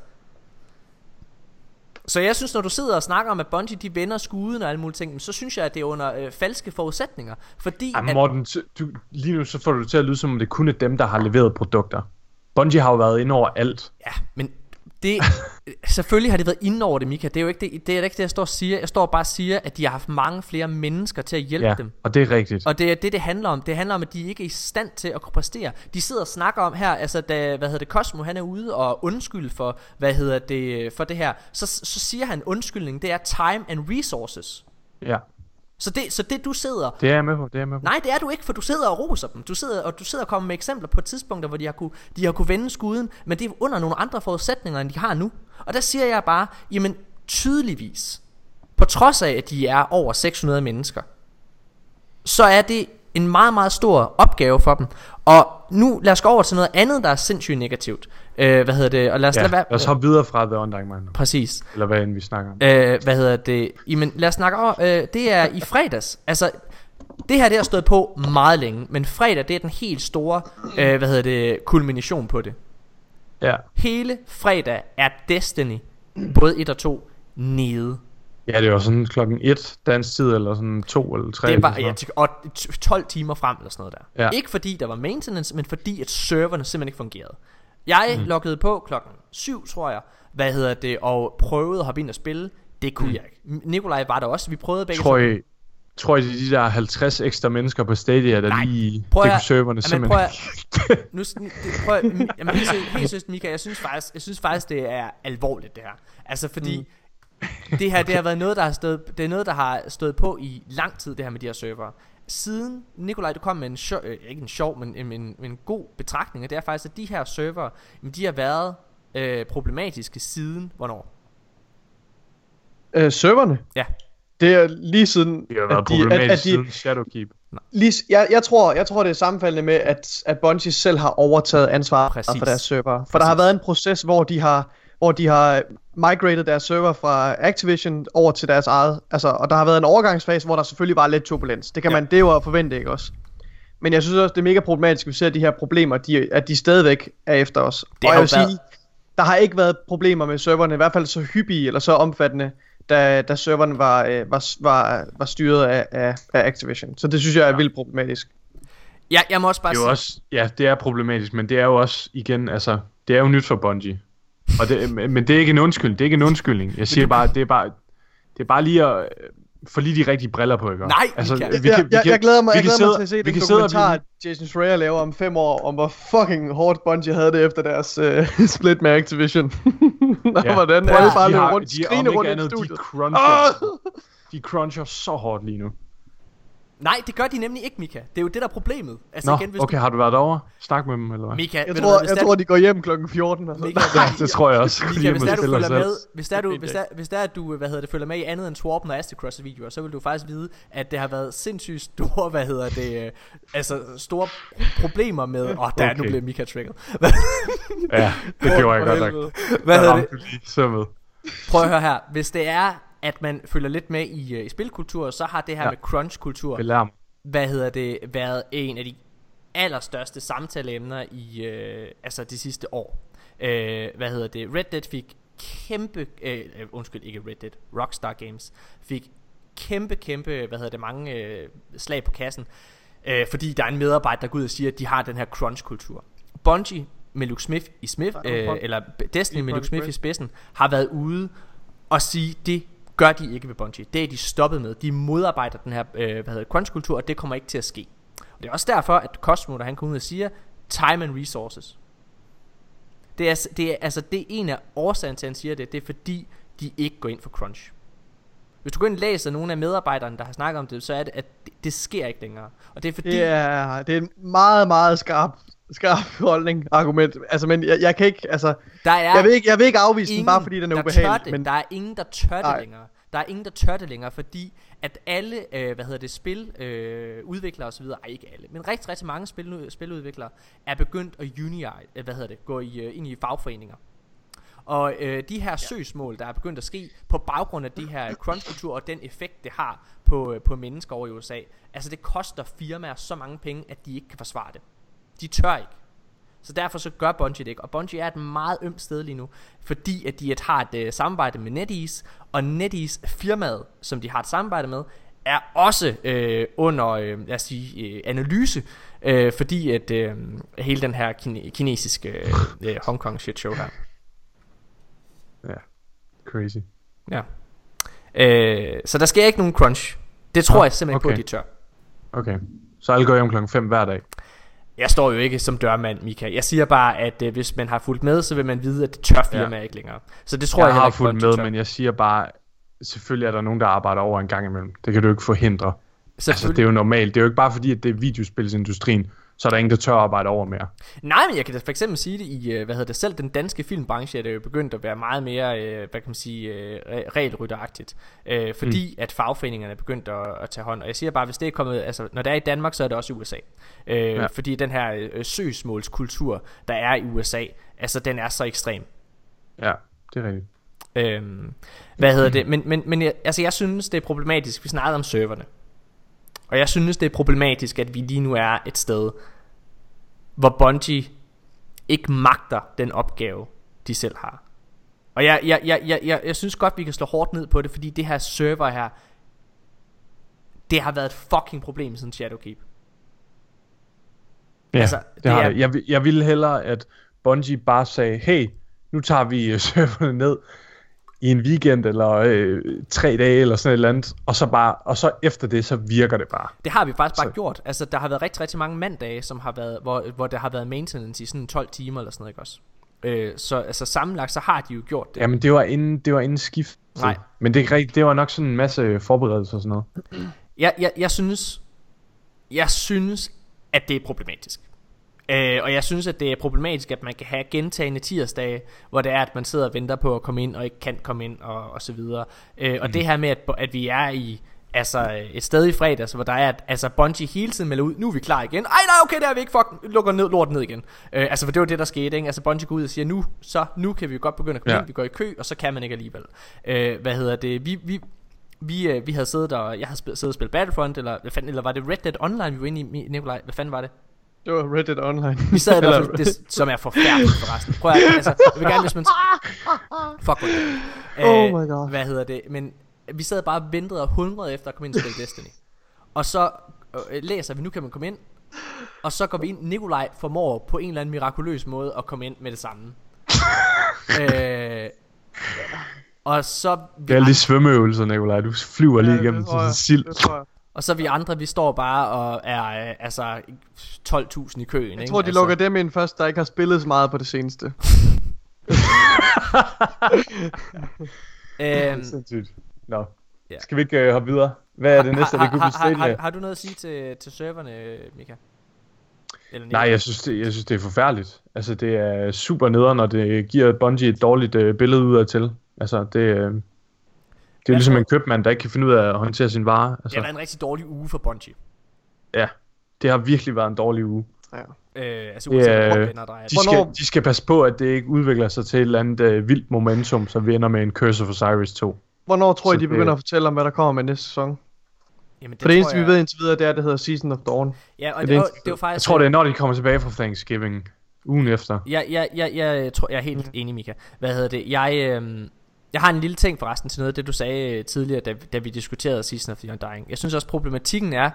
så jeg synes, når du sidder og snakker om, at Bungie de vender skuden og alle mulige ting, så synes jeg, at det er under øh, falske forudsætninger. Fordi Ej, Morten, du, lige nu så får du det til at lyde som om det kun er dem, der har leveret produkter. Bungie har jo været inde over alt. Ja, men det, selvfølgelig har det været inde over det, Mika. Det er jo ikke det, det er ikke det, jeg står og siger. Jeg står bare og siger, at de har haft mange flere mennesker til at hjælpe ja, dem. Og det er rigtigt. Og det er det, det handler om. Det handler om, at de ikke er i stand til at kunne præstere. De sidder og snakker om her, altså da, hvad hedder det, Cosmo, han er ude og undskylde for, hvad hedder det, for det her. Så, så siger han undskyldning, det er time and resources. Ja. Så det, så det du sidder... Det er jeg med på, det er jeg med på. Nej, det er du ikke, for du sidder og roser dem. Du sidder og du sidder og kommer med eksempler på tidspunkter, hvor de har kunne, de har kunne vende skuden, men det er under nogle andre forudsætninger, end de har nu. Og der siger jeg bare, jamen tydeligvis, på trods af, at de er over seks hundrede mennesker, så er det en meget, meget stor opgave for dem. Og nu lad os gå over til noget andet, der er sindssygt negativt. øh, Hvad hedder det? Og lad os, ja, lad, være, lad os hoppe videre fra The Undying Mind. Præcis. Eller hvad end vi snakker om. øh, Hvad hedder det? Jamen lad os snakke over, øh, det er i fredags. Altså det her det har stået på meget længe, men fredag det er den helt store øh, hvad hedder det, kulmination på det. Ja. Hele fredag er Destiny både et og to nede. Ja, det var sådan klokken et dansk tid, eller sådan to eller tre. Det var ja, og tolv timer frem eller sådan noget der. Ja. Ikke fordi der var maintenance, men fordi at serverne simpelthen ikke fungerede. Jeg mm. loggede på klokken syv, tror jeg, hvad hedder det, og prøvede at hoppe ind og spille. Det kunne mm. jeg ikke. Nikolaj var der også. Vi prøvede begge. Tror I, tror I, de der halvtreds ekstra mennesker på Stadia, der Nej. lige prøv det kunne serverne simpelthen? Prøv at, nu, det, prøv at, jamen, helt seriøst, helt seriøst, Mika, jeg synes faktisk, jeg synes faktisk, det er alvorligt det her. Altså fordi mm. det her, det har været noget, der har stået, det er noget, der har stået på i lang tid, det her med de her servere. Siden Nikolaj, du kom med en sjov, øh, ikke en sjov, men en, en, en god betragtning, og det er faktisk, at de her servere, de har været øh, problematiske siden hvornår? Øh, serverne? Ja. Det er lige siden det har været problematisk at, at de, siden Shadowkeep. Lige, jeg, jeg, tror, jeg tror det er sammenfaldende med at, at Bungie selv har overtaget ansvaret Præcis. for deres server. For Præcis. der har været en proces hvor de har Hvor de har migrated deres server fra Activision over til deres eget. Altså, og der har været en overgangsfase, hvor der selvfølgelig var lidt turbulens. Det kan man, ja. det er jo at forvente, ikke også? Men jeg synes også, det er mega problematisk, at vi ser de her problemer, de, at de stadigvæk er efter os. Det og jeg vil været... sige, der har ikke været problemer med serverne, i hvert fald så hyppige eller så omfattende, da, da serverne var, øh, var, var, var styret af, af, af Activision. Så det synes jeg er ja. vildt problematisk. Ja, jeg må også bare det er sige... også, ja, det er problematisk, men det er jo også, igen, altså, det er jo nyt for Bungie. Og det, men det er ikke en undskyldning, det er ikke en undskyldning. Jeg siger bare, det er bare, det er bare lige at få lige de rigtige briller på, ikke? Nej, altså, vi kan. Vi kan, jeg, jeg, jeg glæder mig, jeg glæder mig til at se den dokumentar, vi... Jason Schreier laver om fem år, om hvor fucking hårdt Bungie havde det efter deres uh, split med Activision. Ja. Hvordan Prøv, alle bare løb rundt, de, skrigende rundt i studiet. De cruncher, oh! de cruncher så hårdt lige nu. Nej, det gør de nemlig ikke, Mika. Det er jo det, der er problemet. Altså, Nå, igen, hvis okay, du... har du været derovre? Snak med dem, eller hvad? Mika, jeg tror, jeg tror de går hjem klokken fjorten og sådan. Mika, Ja, det tror jeg også. Mika, hvis der du følger med, hvis der du, hvis der, hvis der du, hvad hedder det, følger med i andet end Swarpen og Asticross videoer, så vil du faktisk vide, at det har været sindssygt store, hvad hedder det, øh, altså store problemer med, åh, oh, der okay. Nu bliver Mika trigget. Ja, det gjorde jeg godt nok. Hvad hedder det? Så med. Prøv at høre her, hvis det er, at man følger lidt med i, uh, i spilkultur, så har det her ja. med crunch-kultur, hvad hedder det, været en af de allerstørste samtaleemner i øh, altså de sidste år. Øh, hvad hedder det? Red Dead fik kæmpe, øh, undskyld ikke Red Dead, Rockstar Games fik kæmpe, kæmpe, hvad hedder det, mange øh, slag på kassen, øh, fordi der er en medarbejder, der går ud og siger, at de har den her crunch-kultur. Bungie med Luke Smith i Smith, øh, eller Destiny med Luke Smith i spidsen, har været ude og sige, det gør de ikke ved Bungie. Det er de stoppet med. De modarbejder den her øh, hvad hedder crunch-kultur, og det kommer ikke til at ske. Og det er også derfor, at Cosmo, der han kommer ud og siger, time and resources. Det er, det er, altså, det er en af årsagen til, at han siger det. Det er fordi, de ikke går ind for crunch. Hvis du går ind og læser nogle af medarbejderne, der har snakket om det, så er det, at det, det sker ikke længere. Og det er fordi... Ja, det er en meget, meget skarp, skarp holdning, argument. Altså, men jeg, jeg kan ikke, altså... Der er jeg, vil ikke, jeg vil ikke afvise den, bare fordi den er ubehagelig. Men der er ingen, der tør det længere. Der er ingen, der tør det længere, fordi at alle, øh, hvad hedder det, spil, øh, udviklere og så videre, ej ikke alle, men rigtig, rigtig mange spil, spiludviklere er begyndt at unite, øh, hvad hedder det, gå i, øh, ind i fagforeninger. Og øh, de her søgsmål, der er begyndt at ske på baggrund af de her crunch-kultur og den effekt, det har på, øh, på mennesker over i U S A, altså det koster firmaer så mange penge, at de ikke kan forsvare det. De tør ikke. Så derfor så gør Bungie det ikke. Og Bungie er et meget ømt sted lige nu, fordi at de et, har et uh, samarbejde med NetEase, og NetEase firmaet, som de har et samarbejde med, er også øh, under øh, lad os sige, øh, analyse, øh, fordi at øh, hele den her kine- kinesiske øh, Hong Kong shit show her. Ja, crazy. Ja. Øh, så der sker ikke nogen crunch. Det tror ah, jeg simpelthen okay. på, at de tør. Okay, så alle går hjem klokken fem hver dag. Jeg står jo ikke som dørmand, Mika. Jeg siger bare, at øh, hvis man har fulgt med, så vil man vide, at det tør firma ja. ikke længere. Så det tror jeg, jeg har ikke fulgt med, men jeg siger bare, selvfølgelig er der nogen, der arbejder over en gang imellem. Det kan du ikke forhindre. Altså, det er jo normalt. Det er jo ikke bare fordi, at det er videospilsindustrien, så er der ingen, der tør arbejde over mere. Nej, men jeg kan da for eksempel sige det i, hvad hedder det, selv den danske filmbranche er det jo begyndt at være meget mere, hvad kan man sige, regelrytteragtigt. Fordi mm. at fagforeningerne er begyndt at, at tage hånd. Og jeg siger bare, hvis det er kommet, altså når det er i Danmark, så er det også i U S A. Ja. Fordi den her søgsmålskultur, der er i U S A, altså den er så ekstrem. Ja, det er rigtigt. Øhm, hvad hedder det? Men, men, men jeg, altså jeg synes, det er problematisk. Vi snakkede om serverne. Og jeg synes, det er problematisk, at vi lige nu er et sted, hvor Bungie ikke magter den opgave, de selv har. Og jeg, jeg, jeg, jeg, jeg, jeg synes godt, vi kan slå hårdt ned på det, fordi det her server her, det har været et fucking problem siden Shadowkeep. Ja, altså, det, det har er... det. Jeg, jeg ville hellere, at Bungie bare sagde, hey, nu tager vi serverne ned i en weekend eller øh, tre dage eller sådan et eller andet, og så bare og så efter det så virker det bare. Det har vi faktisk bare så. gjort. Altså der har været rigtig rigtig mange mandage, som har været hvor hvor der har været maintenance i sådan tolv timer eller sådan noget, ikke også? Øh, så altså sammenlagt så har de jo gjort det. Jamen det var inden det var inden skift. Nej. Men det er det var nok sådan en masse forberedelser og sådan noget. Jeg jeg jeg synes jeg synes at det er problematisk. Øh, og jeg synes, at det er problematisk, at man kan have gentagende tirsdage, hvor det er, at man sidder og venter på at komme ind, og ikke kan komme ind, og, og så videre. Øh, og mm. det her med, at, at vi er i altså et sted i fredags, hvor der er, at altså Bungie hele tiden melder ud, nu er vi klar igen. Ej, nej, okay, der er vi ikke, fuck, lukker ned, lort ned igen. Øh, altså, for det var det, der skete, ikke? Altså, Bungie går ud og siger, nu, så, nu kan vi godt begynde at komme ja. ind, vi går i kø, og så kan man ikke alligevel. Øh, hvad hedder det? Vi, vi, vi, øh, vi havde siddet der, jeg havde siddet og spillet Battlefront, eller, hvad fanden, eller var det Red Dead Online, vi var inde i, Nikolaj? Hvad fanden var det? Det var Red Dead Online. Vi sad i hvert fald, det, som er forfærdeligt forresten. Prøv at, altså, jeg vil gerne, hvis man... Fuck what. Oh my god. Hvad hedder det? Men vi sad bare og ventede og hundrede efter at komme ind og spille Destiny. Og så øh, læser vi, nu kan man komme ind. Og så går vi ind, Nikolaj formår på en eller anden mirakuløs måde at komme ind med det samme. øh, og så... Det er lige svømmeøvelser, Nikolaj. Du flyver lige ja, igennem til sådan sild. Og så vi andre, vi står bare og er øh, altså tolv tusind i køen. Jeg tror, de altså. lukker dem ind først, der ikke har spillet så meget på det seneste. øhm, Sindssygt. No. Ja. Skal vi ikke uh, hoppe videre? Hvad er det næste? Har, det Google Stadia? har, har, har du noget at sige til, til serverne, Mika? Eller Nej, jeg synes, det, jeg synes, det er forfærdeligt. Altså, det er super nederen, når det giver Bungie et dårligt uh, billede ud af til. Altså, det, uh, det er jo ligesom en købmand, der ikke kan finde ud af at håndtere sin vare. Altså. Det har været en rigtig dårlig uge for Bungie. Ja, det har virkelig været en dårlig uge. Ja. Øh, altså, uanset yeah, hvor venner der er. De skal, de skal passe på, at det ikke udvikler sig til et eller andet uh, vildt momentum, så vi ender med en Curse of Osiris to. Hvornår tror I, de det... begynder at fortælle om, hvad der kommer med næste sæson? Jamen, det For det eneste, jeg... vi ved indtil videre, det er, det hedder Season of Dawn. Ja, og det, det, det, det, det er jo faktisk... Jeg tror, det er, når de kommer tilbage fra Thanksgiving. Ugen efter. Ja, ja, ja, jeg, tror, jeg er helt mm. enig, Mika. Hvad hedder det? Jeg, øh, jeg har en lille ting forresten til noget af det, du sagde tidligere, da, da vi diskuterede Season of the Undying. Jeg synes også, problematikken er,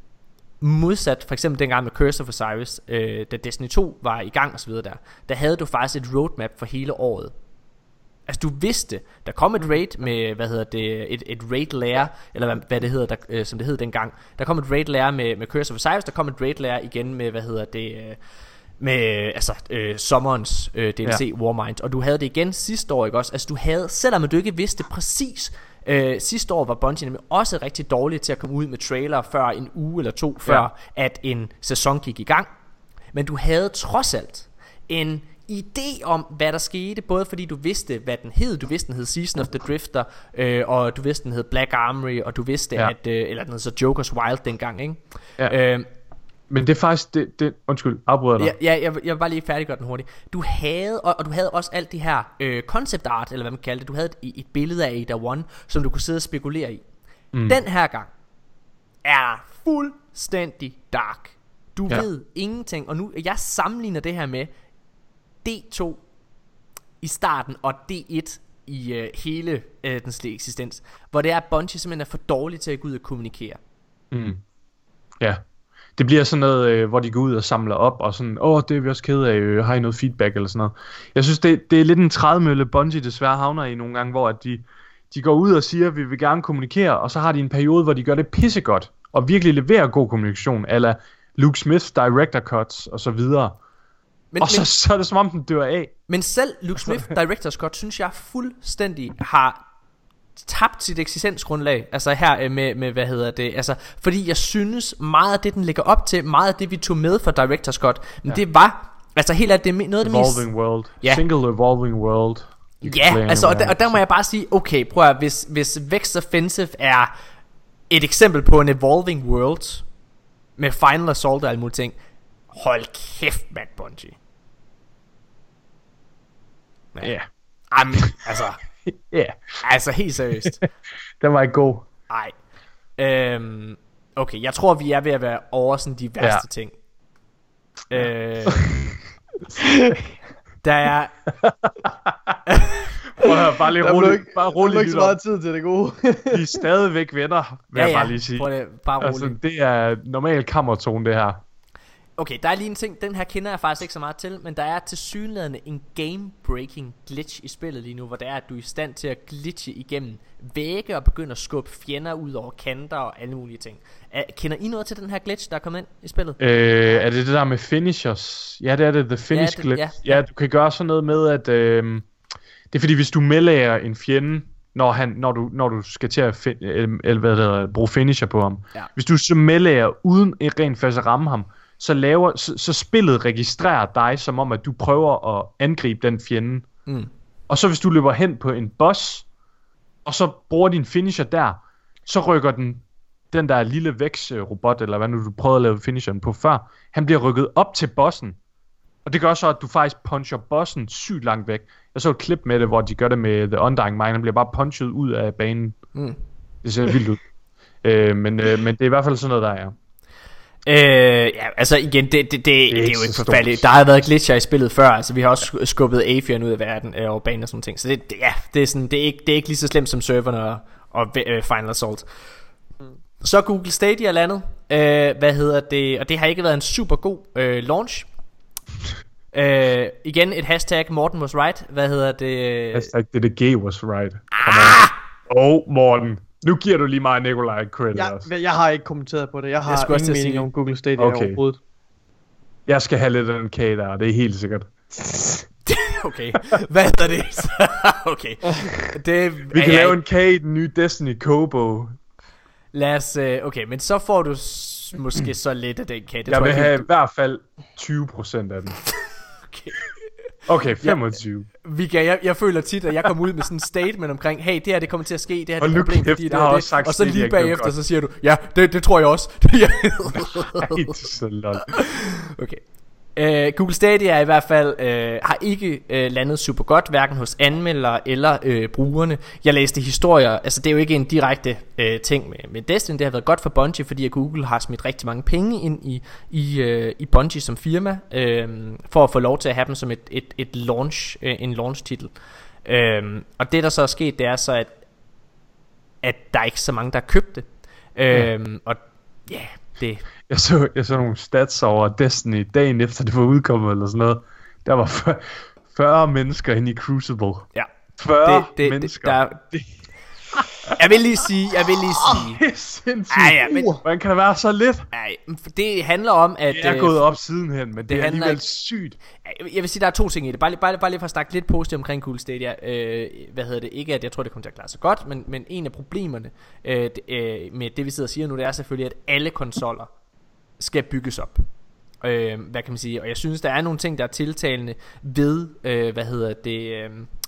modsat for eksempel dengang med Curse of Osiris, øh, da Destiny to var i gang og så videre der, der havde du faktisk et roadmap for hele året. Altså du vidste, der kom et raid med, hvad hedder det, et, et raid lair, eller hvad, hvad det hedder, der, øh, som det hed dengang. Der kom et raid lair med, med Curse of Osiris, der kom et raid lair igen med, hvad hedder det, øh, med altså øh, sommerens øh, D L C ja. Warmind. Og du havde det igen sidste år, ikke også? Altså du havde, selvom du ikke vidste præcis, øh, sidste år var Bungie nemlig også rigtig dårlig til at komme ud med trailer før en uge eller to før, ja. At en sæson gik i gang. Men du havde trods alt en idé om, hvad der skete, både fordi du vidste, hvad den hed. Du vidste, den hed Season of the Drifter, øh, og du vidste, den hed Black Armory, og du vidste, ja. at, øh, eller den hed så Joker's Wild dengang, ikke? Ja. Øh, Men det er faktisk, det, det, undskyld, afbryder dig. Ja, ja jeg, jeg vil bare lige færdiggøre den hurtigt. Du havde, og, og du havde også alt det her øh, concept art, eller hvad man kalder det. Du havde et, et billede af Ada One, som du kunne sidde og spekulere i. Mm. Den her gang er fuldstændig dark. Du ja. ved ingenting, og nu, jeg sammenligner det her med D to i starten og D et i øh, hele øh, dens eksistens, hvor det er, at Bungie simpelthen er for dårlig til at gå ud og kommunikere. Mm. Ja. Det bliver sådan noget, øh, hvor de går ud og samler op og sådan, åh, det er vi også kede af, øh, har I noget feedback eller sådan noget. Jeg synes, det, det er lidt en trædemølle, Bungie desværre havner i nogle gange, hvor at de, de går ud og siger, vi vil gerne kommunikere, og så har de en periode, hvor de gør det pissegodt, og virkelig leverer god kommunikation, eller Luke Smiths director cuts og så videre. Men, og så, men, så er det som om den dør af. Men selv Luke Smith Director's Cut synes jeg fuldstændig har tabt sit eksistensgrundlag. Altså her med, med hvad hedder det, altså, fordi jeg synes meget af det den ligger op til, meget af det vi tog med fra Director's Cut, men ja. det var altså helt af det noget af det mest evolving world, ja. Single evolving world. Ja, altså og der, og der må jeg bare sige, okay, prøv at hvis hvis Vex Offensive er et eksempel på en evolving world med Final Assault og alle mulige ting, hold kæft, Matt Bungie. Ja. Yeah. Amen, altså. Ja. Yeah. Altså helt seriøst. Den var ikke god. Nej. Øhm, okay, jeg tror vi er ved at være over sådan de værste ja. ting. Øh, der er. Prøv at høre, bare lige roligt. Ikke, bare roligt. Der er ikke så meget tid til det gode. Vi er stadigvæk venner, vil ja, jeg bare lige sige. Prøv det, bare roligt. Altså, det er normal kammertone det her. Okay, der er lige en ting, den her kender jeg faktisk ikke så meget til, men der er tilsyneladende en game-breaking glitch i spillet lige nu, hvor det er, at du er i stand til at glitche igennem vægge og begynde at skubbe fjender ud over kanter og alle mulige ting. Er, kender I noget til den her glitch, der er kommet ind i spillet? Øh, er det det der med finishers? Ja, det er det, the finish ja, det, glitch. Ja. ja, du kan gøre sådan noget med, at øh, det er fordi, hvis du medlærer en fjende, når, han, når, du, når du skal til at fin, eller, hvad det hedder, bruge finisher på ham. Ja. Hvis du så medlærer uden rent faktisk at ramme ham, Så, laver, så, så spillet registrerer dig som om, at du prøver at angribe den fjende. Mm. Og så hvis du løber hen på en boss, og så bruger din finisher der, så rykker den, den der lille Vex-robot, eller hvad nu du prøvede at lave finisheren på før, han bliver rykket op til bossen. Og det gør så, at du faktisk puncher bossen sygt langt væk. Jeg så et klip med det, hvor de gør det med The Undying Mind, han bliver bare punchet ud af banen. Mm. Det ser vildt ud. øh, men, øh, men det er i hvert fald sådan noget, der er. Øh, ja, altså igen, det, det, det, det, er, det er jo ikke forfærdeligt. Der har været glitcher i spillet før. Altså vi har også skubbet Afian ud af verden øh, og banen og sådan ting. Så det, det, ja, det er sådan, det er ikke, det er ikke lige så slemt som serverne og, og øh, Final Assault. Så Google Stadia landet. øh, Hvad hedder det? Og det har ikke været en super god øh, launch. øh, Igen et hashtag Morten was right. Hvad hedder det? Hashtag D D G was right. Ah! Oh Morten, nu giver du lige mig Nikolaj credit jeg, også. Jeg har ikke kommenteret på det. Jeg har jeg ingen mening om Google Stadia okay. overhovedet. Jeg skal have lidt af den kage der, det er helt sikkert. Okay, hvad hedder det? Okay, det Vi kan ja, lave en kage i den nye Destiny Kobo. Lad os, øh, okay, men så får du s- måske så lidt af den kage. Det Jeg tror vil jeg have ikke, i hvert fald tyve procent af den. okay. Okay, femogtyve. Vi kan, jeg, jeg føler tit, at jeg kommer ud med sådan en statement omkring, hey, det her det kommer til at ske, det her det er Hold et nu problem, kæft, fordi det jeg er har det. også sagt Og så Stadia lige ikke noget bagefter, godt. så siger du, ja, det, det tror jeg også. Nej, det er så lol. Okay. Uh, Google Stadia er i hvert fald uh, har ikke uh, landet super godt, hverken hos anmeldere eller uh, brugerne. Jeg læste historier, altså det er jo ikke en direkte uh, ting med, med Destiny. Det har været godt for Bungie, fordi at Google har smidt rigtig mange penge ind i, i, uh, i Bungie som firma, uh, for at få lov til at have dem som et, et, et launch, uh, en launch titel. uh, Og det der så er sket, det er så at, at der er ikke så mange der har købt det. uh, Ja. Og ja, yeah, det Jeg så, jeg så nogle stats over Destiny dagen efter det var udkommet eller sådan noget. Der var fyrre mennesker inde i Crucible. ja. fyrre det, det, mennesker. det, der, jeg vil lige sige, jeg vil lige sige, Det er sindssygt. Ej, ja, men- Hvordan kan der være så lidt? ej, det handler om, at Det er øh, gået op sidenhen, men det, det er handler alligevel ikke- sygt. jeg vil sige, der er to ting i det. Bare, lige- bare, bare lige for at snakke lidt positivt omkring Google Stadia. Øh, hvad hedder det? Ikke at jeg tror, det kommer til at klare sig godt, men, men en af problemerne øh, det, øh, med det, vi sidder og siger nu, det er selvfølgelig, at alle konsoller skal bygges op. Øh, hvad kan man sige? Og jeg synes, der er nogle ting, der er tiltalende ved, øh, hvad hedder det? Øh,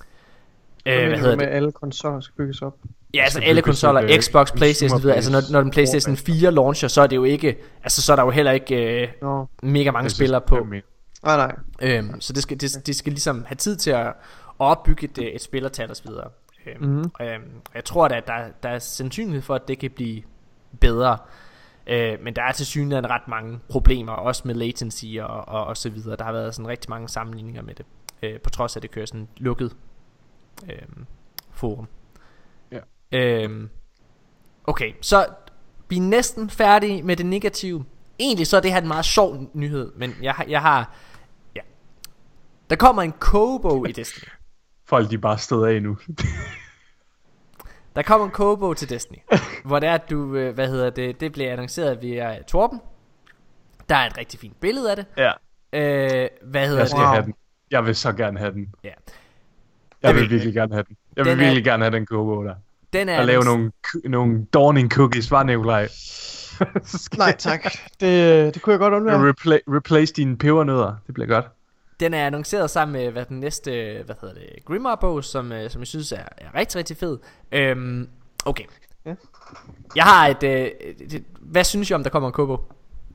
øh, hvad hedder med det? alle konsoller skal bygges op? Ja, altså skal alle bygges konsoller, et, øh, Xbox, PlayStation videre. Altså når, når den PlayStation fire launcher, så er det jo ikke, altså så er der jo heller ikke øh, Nå, mega mange Jeg synes, spillere det på. er men- nej nej. Øhm, så det skal, det, det skal ligesom have tid til at opbygge et, øh, et spillertal og så videre. Øhm, Mhm. og, øhm, og jeg tror da, at der, der er sandsynlighed for, at det kan blive bedre. Øh, men der er til synligheden ret mange problemer, også med latency og, og, og så videre. Der har været sådan rigtig mange sammenligninger med det, øh, på trods af, at det kører sådan lukket øh, forum. Ja. Øhm, okay, så vi er næsten færdige med det negative. Egentlig så er det her en meget sjov nyhed, men jeg har, jeg har ja. Der kommer en kobo i Destiny. Folk de bare stået af nu. Der kommer en kobo til Destiny, hvor det er, at du, øh, hvad hedder det, det bliver annonceret via Torben. Der er et rigtig fint billede af det. Ja. Øh, hvad hedder Jeg skal det? have den. Jeg vil så gerne have den. Ja. Jeg Den vil er- virkelig gerne have den. Jeg den vil er- virkelig gerne have den kobo der. Den er Og lave annonc- nogle, ku- nogle dawning cookies, var Nikolaj? Så skal Nej tak. Det, det kunne jeg godt undvære. jeg repla- replace dine pebernødder. Det bliver godt. Den er annonceret sammen med hvad den næste, hvad hedder det, Grimoire-bog, som, øh, som jeg synes er, er rigtig, rigtig fed. Øhm, okay. Ja. Jeg har et, øh, det, hvad synes I om, der kommer en kobo?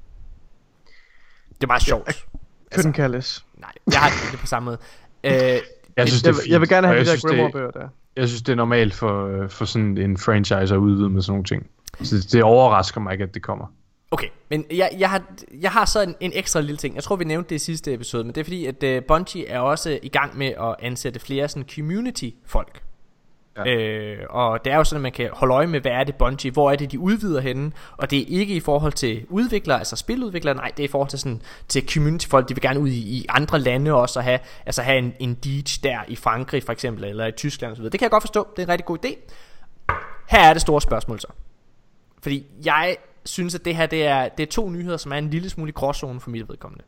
Det er meget sjovt. Couldn't care less. Nej, jeg har det på samme måde. Øh, Jeg synes, det Jeg, er fint. jeg vil gerne og have jeg de der synes, det- Grimoire-bøger der. Jeg synes, det er normalt for, for sådan en franchise at udvide med sådan nogle ting. Så det, det overrasker mig ikke, at det kommer. Okay, men jeg, jeg, har, jeg har så en, en ekstra lille ting. Jeg tror vi nævnte det i sidste episode, men det er fordi at uh, Bungie er også i gang med at ansætte flere sådan community folk. Ja. Øh, og det er jo sådan at man kan holde øje med, hvad er det Bungie, hvor er det de udvider henne. Og det er ikke i forhold til udviklere, altså spiludviklere. Nej, det er i forhold til sådan til community folk. De vil gerne ud i, i andre lande også og have, altså have en, en Deej der i Frankrig for eksempel, eller i Tyskland og så videre. Det kan jeg godt forstå, det er en rigtig god idé. Her er det store spørgsmål så. Fordi jeg synes at det her det er, det er to nyheder, som er en lille smule i gråzone for mit vedkommende.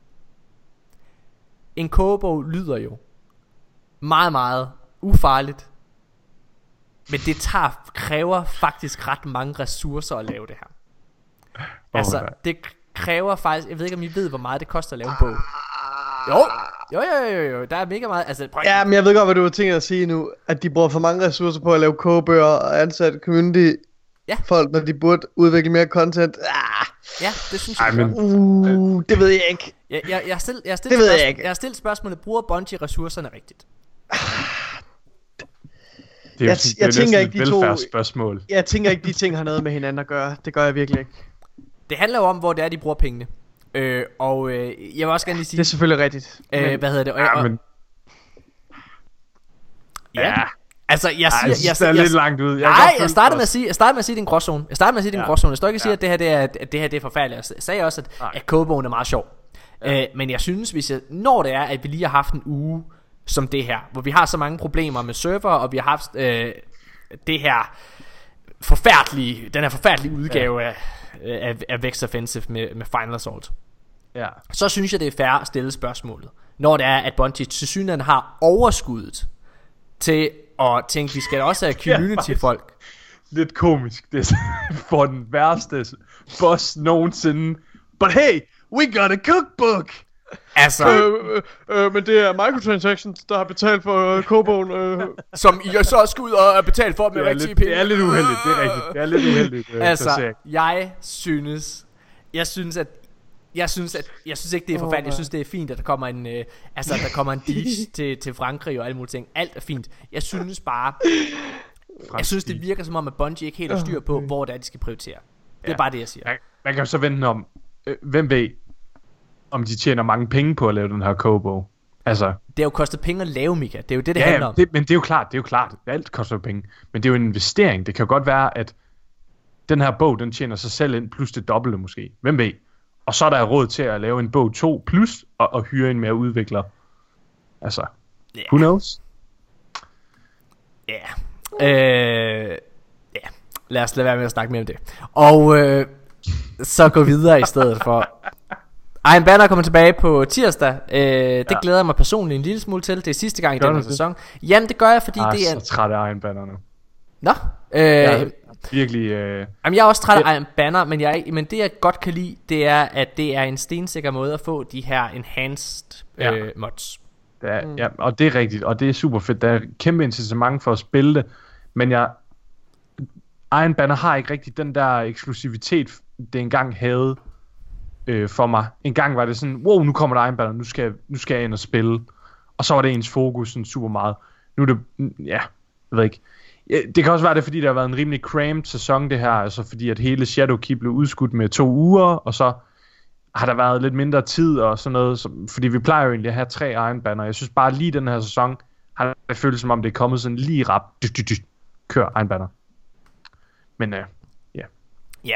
En kogebog lyder jo meget meget ufarligt, men det tager, kræver faktisk ret mange ressourcer at lave det her. Altså nej. det kræver faktisk, jeg ved ikke om I ved hvor meget det koster at lave en bog. Jo, jo jo jo, jo. Der er mega meget. Altså, prøv, Ja, men jeg ved godt, hvad du har tænkt at sige nu. At de bruger for mange ressourcer på at lave kogebøger og ansætte community Ja. folk, når de burde udvikle mere content. Ah, ja, det synes jeg Ej, men uh, det ved jeg ikke. Jeg, jeg, jeg, har stillet, jeg, har stillet Det ved jeg spørgsmål, ikke. jeg har stillet spørgsmålet, bruger Bungie ressourcerne rigtigt? det er jo Jeg- sådan- jeg det er jo tænker næsten ikke, et de to- velfærdsspørgsmål. Jeg tænker ikke, de ting har noget med hinanden at gøre. Det gør jeg virkelig ikke. Det handler jo om, hvor det er, de bruger pengene. Øh, og øh, jeg vil også gerne lige sige, Det er selvfølgelig rigtigt. øh, Men, hvad hedder det? Og, Ja, og, men ja. Altså, jeg ej, siger, jeg synes, jeg, det er jeg, lidt langt ud. Jeg kan Nej, godt jeg følge startede det med at sige, jeg startede med at sige, det er en gråzone. Jeg startede med at sige, det er en Ja. gråzone. Jeg står ikke og siger, Ja. at det her, det er, at det her det er forfærdeligt. Jeg sagde også, at, Nej. at kogebogen er meget sjov. Ja. Øh, men jeg synes, hvis jeg, når det er, at vi lige har haft en uge som det her, hvor vi har så mange problemer med server, og vi har haft øh, det her forfærdelige, den her forfærdelige udgave ja. af, af, af Vex Offensive med, med Final Assault, Ja. så synes jeg, det er fair at stille spørgsmålet. når det er, at Bungie tilsyneladende har overskuddet til at tænke, vi skal også have community-folk. Lidt komisk. Det er for den værste boss nogensinde. But hey, we got a cookbook! Altså øh, øh, øh, men det er microtransactions, der har betalt for øh, kobogen øh. som I så skal ud og betale for med rigtige penge. Det er lidt uheldigt, det er rigtigt. Det er lidt uheldigt. Øh, altså, jeg synes Jeg synes at Jeg synes at Jeg synes ikke det er forfærdeligt. Jeg synes det er fint at der kommer en øh, Altså der kommer en dish til, til Frankrig og alle mulige ting. Alt er fint. Jeg synes bare Jeg synes det virker som om at Bungie ikke helt har styr på hvor det er de skal prioritere. Det er ja. bare det jeg siger. Man, man kan jo så vente om øh, hvem ved om de tjener mange penge på at lave den her kobo. Altså, det har jo kostet penge at lave, Mika. Det er jo det, det ja, handler om. Det, men det er jo klart, det er jo klart. Alt koster jo penge. Men det er jo en investering. Det kan jo godt være, at den her bog, den tjener sig selv ind, plus det dobbelte måske. Hvem ved? Og så er der råd til at lave en bog to, plus og, og hyre en mere udvikler. Altså, yeah. Who knows? Ja. Yeah. Øh, ja. Lad os lade være med at snakke mere om det. Og øh, så gå videre i stedet for. Iron Banner kommer tilbage på tirsdag. øh, Det ja. glæder jeg mig personligt en lille smule til. Det er sidste gang i denne sæson. Jamen det gør jeg, fordi jeg det er så træt af Iron Banner nu. Nå øh, jeg er virkelig øh... Jamen jeg er også træt af Iron Banner. Men, jeg, men det jeg godt kan lide, det er at det er en stensikker måde at få de her enhanced øh, ja. mods. Det er, mm. Ja, og det er rigtigt. Og det er super fedt. Der er kæmpe incitament for at spille det. Men jeg Iron Banner har ikke rigtig den der eksklusivitet det engang havde øh, for mig. En gang var det sådan, wow, nu kommer der Iron Banner, nu skal, nu skal jeg ind og spille. Og så var det ens fokus sådan super meget. Nu er det, ja, jeg ved ikke. Ja, det kan også være det, fordi der har været en rimelig cramped sæson det her, altså fordi at hele Shadowkeep blev udskudt med to uger, og så har der været lidt mindre tid og sådan noget, så, fordi vi plejer jo egentlig at have tre Iron Banner. Jeg synes bare lige den her sæson, har det føles som om det er kommet sådan lige rap, dyt, dyt, dyt, kør Iron Banner. Men øh, ja. Ja.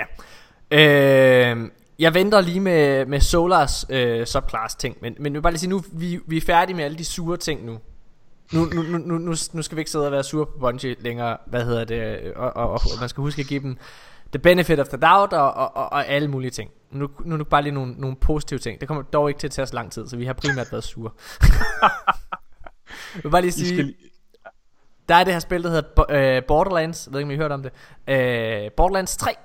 Øh, jeg venter lige med, med Solars øh, subclass ting, men, men jeg vil bare lige sige, nu vi, vi er færdige med alle de sure ting nu. Nu, nu, nu, nu, nu skal vi ikke sidde og være sure på Bungie længere, hvad hedder det, og, og, og man skal huske at give dem the benefit of the doubt og, og, og, og alle mulige ting. Nu, nu er det bare lige nogle, nogle positive ting. Det kommer dog ikke til at tage så lang tid, så vi har primært været sure. Jeg vil bare lige sige, der er det her spil, der hedder uh, Borderlands. Jeg ved ikke, om I har hørt om det. uh, Borderlands tre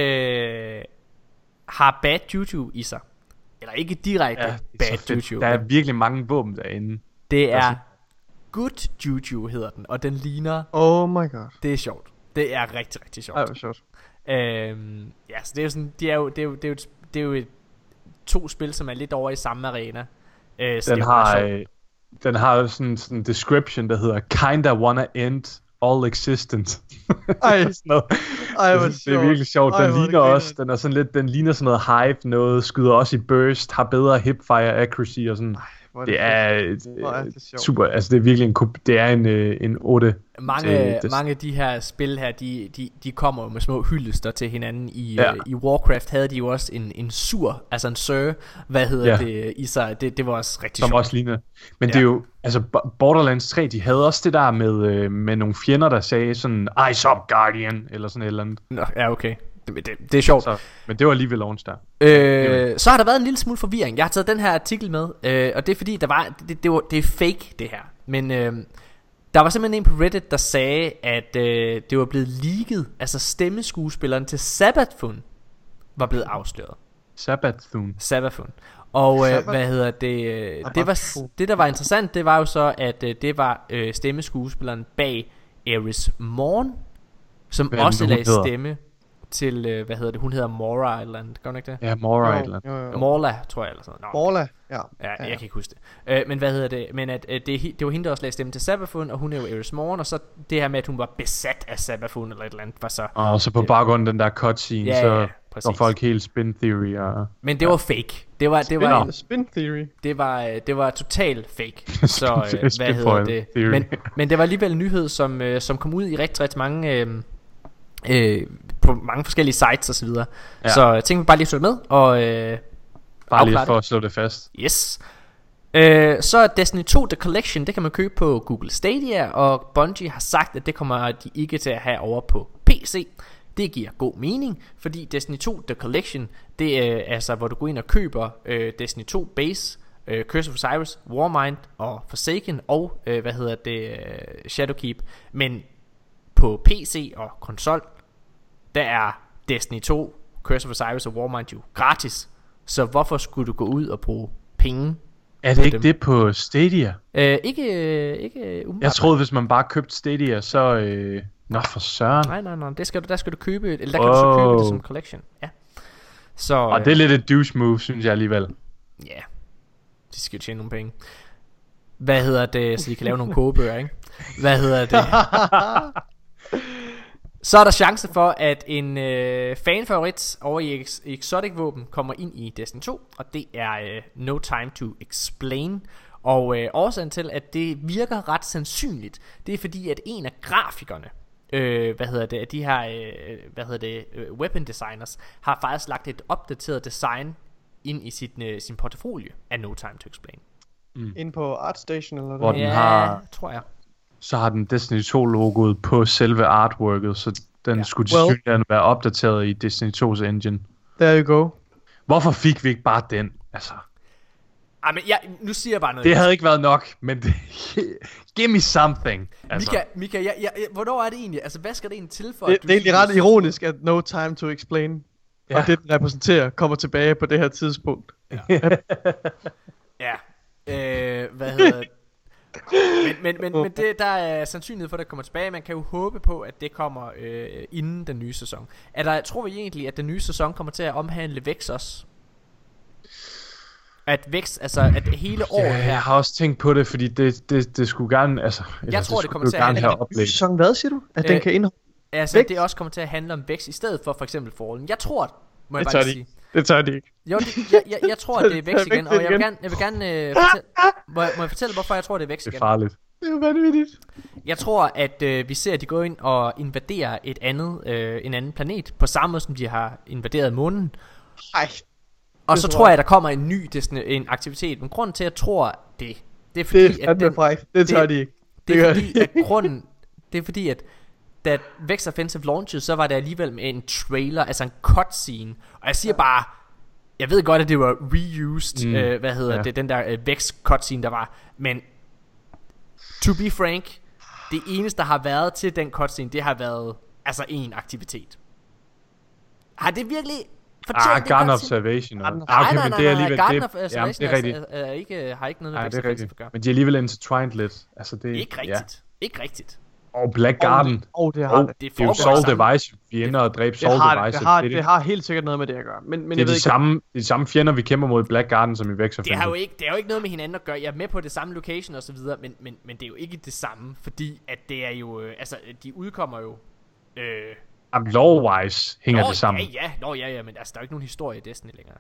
uh, har bad juju i sig. Eller ikke direkte ja, bad juju. Der er virkelig mange våben derinde. Det er good juju hedder den, og den ligner. Oh my god. Det er sjovt. Det er rigtig, rigtig sjovt. Ej, hvor sjovt. Øhm, ja, så det er jo sådan, det er jo, det er jo, det er jo, det er jo et, to spil, som er lidt over i samme arena. Øh, den har, øh, den har sådan sådan en description, der hedder kinda wanna end all existence. Ej, noget. Ej, hvor det, det er virkelig sjovt. Den Ej, ligner også, den er sådan lidt, den ligner sådan noget hype, noget skyder også i burst, har bedre hipfire accuracy og sådan. Ej. Det, det er, er det super, altså det er virkelig en det er en en otte. Mange øh, mange af de her spil her, de de de kommer jo med små hyldester til hinanden i ja. øh, i Warcraft havde de jo også en en sur, altså en sir, hvad hedder ja. det i sig. Det det var også rigtig Som sjovt. også ligner. Men ja. Det er jo altså Borderlands tre, de havde også det der med øh, med nogle fjender der sagde sådan Eyes up Guardian eller sådan et eller andet. Nå, ja, okay. Det, det, det er sjovt. Så, men det var alligevel launch der. øh, Så har der været en lille smule forvirring. Jeg har taget den her artikel med, øh, og det er fordi der var det, det, var, det er fake det her. Men øh, der var simpelthen en på Reddit der sagde at øh, det var blevet leaget. Altså stemmeskuespilleren til Sabathun var blevet afsløret. Sabathun Sabathun. Og øh, hvad hedder det øh, det, var, det der var interessant, det var jo så at øh, det var øh, stemmeskuespilleren bag Eris Morn, som hvad også lagde stemme til, øh, hvad hedder det, hun hedder Mora eller andet, gør hun ikke det? Ja, Mora eller andet. Morla, tror jeg, eller sådan noget. Morla, ja. Ja, ja, jeg kan ikke huske det. Øh, men hvad hedder det, men at, øh, det, det var hende, der også lagde stemme til Sabathun, og hun er jo Eris Morn, og så det her med, at hun var besat af Sabathun eller et eller andet, var så. Og så på baggrund den der cutscene, ja, så ja, var folk helt spin theory og. Men det var fake. Det var, det var en, spin theory. Det var, det var total fake. Så øh, hvad hedder det? Men, men det var alligevel en nyhed, som, øh, som kom ud i rigtig, rigtig mange. Øh, Øh, på mange forskellige sites og så videre. Ja. Så jeg tænkte bare lige at slå det med og øh, bare lige for at slå det fast. Yes. øh, Så er Destiny to The Collection, det kan man købe på Google Stadia, og Bungie har sagt at det kommer de ikke til at have over på P C. Det giver god mening, fordi Destiny to The Collection, det er altså hvor du går ind og køber øh, Destiny to Base øh, Curse of Osiris, Warmind og Forsaken og øh, hvad hedder det, øh, Shadowkeep. Men på P C og konsol, der er Destiny to, Curse of Osiris og Warmind jo gratis. Så hvorfor skulle du gå ud og bruge penge? Er det ikke dem? Det på Stadia? Øh, ikke, ikke umiddelbart. Jeg troede, hvis man bare købte Stadia, så... Øh... Nå, for søren. Nej, nej, nej. Det skal du, der skal du købe, eller der kan oh. du så købe det som collection. Ja. Så, og øh, det er lidt et douche move, synes jeg alligevel. Ja, yeah. De skal jo tjene nogle penge. Hvad hedder det, så de kan lave nogle kogebøger, ikke? Hvad hedder det? Så er der chance for, at en øh, fanfavorit over i Ex- Exotic Våben kommer ind i Destiny to, og det er øh, No Time to Explain. Og øh, årsagen til, at det virker ret sandsynligt, det er fordi, at en af grafikerne, øh, hvad hedder det, af de her, øh, hvad hedder det, øh, weapon designers, har faktisk lagt et opdateret design ind i sit, øh, sin portefølje af No Time to Explain. Mm. Ind på ArtStation eller hvor noget? Den ja, har, tror jeg. Så har den Destiny to logoet på selve artworket, så den ja. skulle til well. synligheden være opdateret i Destiny to's engine. There you go. Hvorfor fik vi ikke bare den? Altså. Ej, men jeg, nu siger jeg bare noget. Det havde ikke været nok, men det, give me something. Altså. Mika, Mika jeg, jeg, jeg, hvornår er det egentlig? Altså, hvad skal det egentlig til for? Det, at du det er egentlig ret ironisk, at No Time to Explain, ja. og det den repræsenterer, kommer tilbage på det her tidspunkt. Ja. ja. Øh, hvad hedder det? Men, men, men, men det, der er sandsynlighed for, at det kommer tilbage. Man kan jo håbe på, at det kommer øh, inden den nye sæson. Er der, tror vi egentlig, at den nye sæson kommer til at omhandle Vex også? At Vex, altså at hele året ja, her. Jeg har også tænkt på det, fordi det, det, det skulle gerne, altså. Jeg tror, det, det kommer til at handle om sæson. Hvad siger du? At øh, den kan indeholde? Altså, Vex? Det også kommer til at handle om Vex i stedet for for eksempel Fallen. Jeg tror, må jeg det bare de. sige. Det tager de ikke. Jo, det, jeg, jeg, jeg tror, at det er Vex igen, og jeg vil gerne, jeg vil gerne øh, fortælle, må, jeg, må jeg fortælle, hvorfor jeg tror, det er Vex igen? Det er farligt. Det er vanvittigt. Jeg tror, at øh, vi ser, at de går ind og invaderer et andet, øh, en anden planet, på samme måde som de har invaderet månen. Ej. Og så tror jeg, at der kommer en ny Disney, en aktivitet. Men grunden til, at jeg tror det, det er fordi, det er at den, det, det tager de ikke. Det, det er fordi, at grunden, det er fordi, at da Vex Offensive launchede, så var det alligevel med en trailer, altså en cutscene. Og jeg siger bare, jeg ved godt, at det var reused, mm. øh, hvad hedder ja. det, den der øh, Vex cutscene, der var. Men to be frank, det eneste, der har været til den cutscene, det har været altså en aktivitet. Har det virkelig fortalt ah, det Garden Observation. Ah, okay, nej, nej, nej, det er alligevel Garden det, Observation ja, det er rigtigt. er, er ikke, har ikke noget med Vex Offensive at gøre. Men de er alligevel intertwined lidt. Altså, det, ikke rigtigt. Ja. Ikke rigtigt. Og Black Garden. Åh, oh, det har oh, det. Det er jo Soul Device. Vi ender og dræbe Soul Device. Det har, det, det har helt sikkert noget med det at gøre. Men, men det, er jeg ved de ikke, samme, det er de samme fjender, vi kæmper mod Black Garden, som i Vex Offensive. Det har jo ikke, det er jo ikke noget med hinanden at gøre. Jeg er med på det samme location og så videre, men, men, men det er jo ikke det samme, fordi at det er jo, øh, altså de udkommer jo. Øh, Am lore-wise hænger nå, det sammen. Ja, ja, nå, ja, ja, men altså der er jo ikke nogen historie i Destiny længere.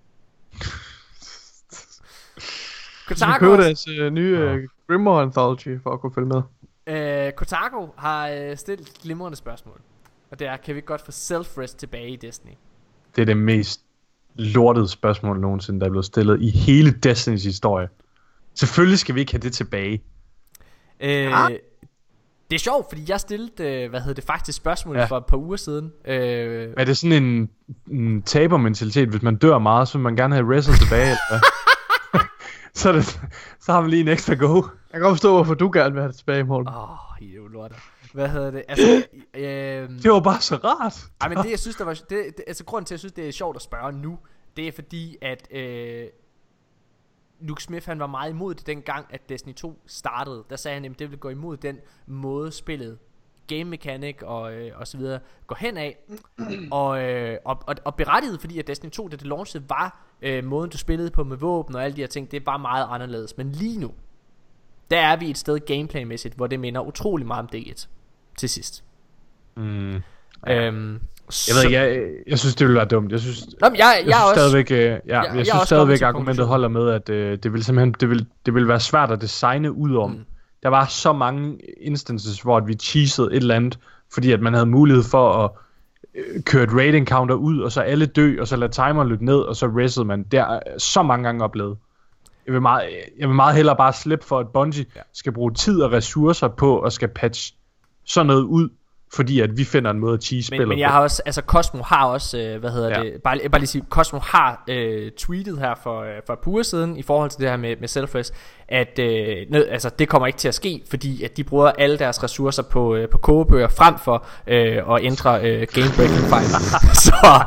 Kotaku køber deres uh, nye uh, Grimoire Anthology for at kunne følge med. Uh, Kotaku har uh, stillet et glimrende spørgsmål, og det er, kan vi godt få Self-Rest tilbage i Destiny? Det er det mest lortede spørgsmål nogensinde, der er blevet stillet i hele Destinys historie. Selvfølgelig skal vi ikke have det tilbage. Uh, ah. Det er sjovt, fordi jeg stillede, uh, hvad hedder det, faktisk spørgsmål ja. for et par uger siden. Uh, er det sådan en, en tabermentalitet, hvis man dør meget, så vil man gerne have wrestle tilbage, eller hvad? Så, det, så har vi lige en ekstra go. Jeg kan godt forstå, hvorfor du gerne vil have det tilbage i morgen. Åh, oh, I er jo lortet. Hvad hedder det? Altså, øh, det var bare så rart. Ej, men det jeg synes, der var, det, det, altså grunden til, at jeg synes, det er sjovt at spørge nu, det er fordi, at øh, Luke Smith, han var meget imod det dengang, at Destiny to startede. Der sagde han, at det ville gå imod den måde spillet, game mechanic og, øh, og så videre, går hen af. og, øh, og, og, og berettiget, fordi at Destiny to, da det launchede, var øh, måden du spillede på med våben og alle de her ting, det var meget anderledes. Men lige nu, der er vi et sted gameplaymæssigt, hvor det minder utrolig meget om D et til sidst. Mm. Øhm, jeg ved ikke, jeg, jeg synes det ville være dumt. Jeg synes, Nå, jeg, jeg, jeg synes også, stadigvæk, øh, ja, jeg, jeg, jeg synes stadigvæk argumentet holder med, at øh, det vil simpelthen det vil, det vil være svært at designe ud om. Mm. Der var så mange instances, hvor vi cheesede et eller andet, fordi at man havde mulighed for at øh, køre et rating counter ud, og så alle dø, og så lade timeren løbe ned, og så reset man. Det er så mange gange oplevet. Jeg vil meget, jeg vil meget hellere bare slippe for, at Bungie ja. skal bruge tid og ressourcer på at skal patche sådan noget ud, fordi at vi finder en måde at cheese spillet. Men, men jeg har også, altså Cosmo har også, øh, hvad hedder ja. det, bare, bare lige sige, Cosmo har øh, tweetet her for, øh, for et par uger siden, i forhold til det her med, med Self-res, at øh, nød, altså, det kommer ikke til at ske, fordi at de bruger alle deres ressourcer på, øh, på kogebøger, frem for øh, at ændre øh, game-breaking fejl. Så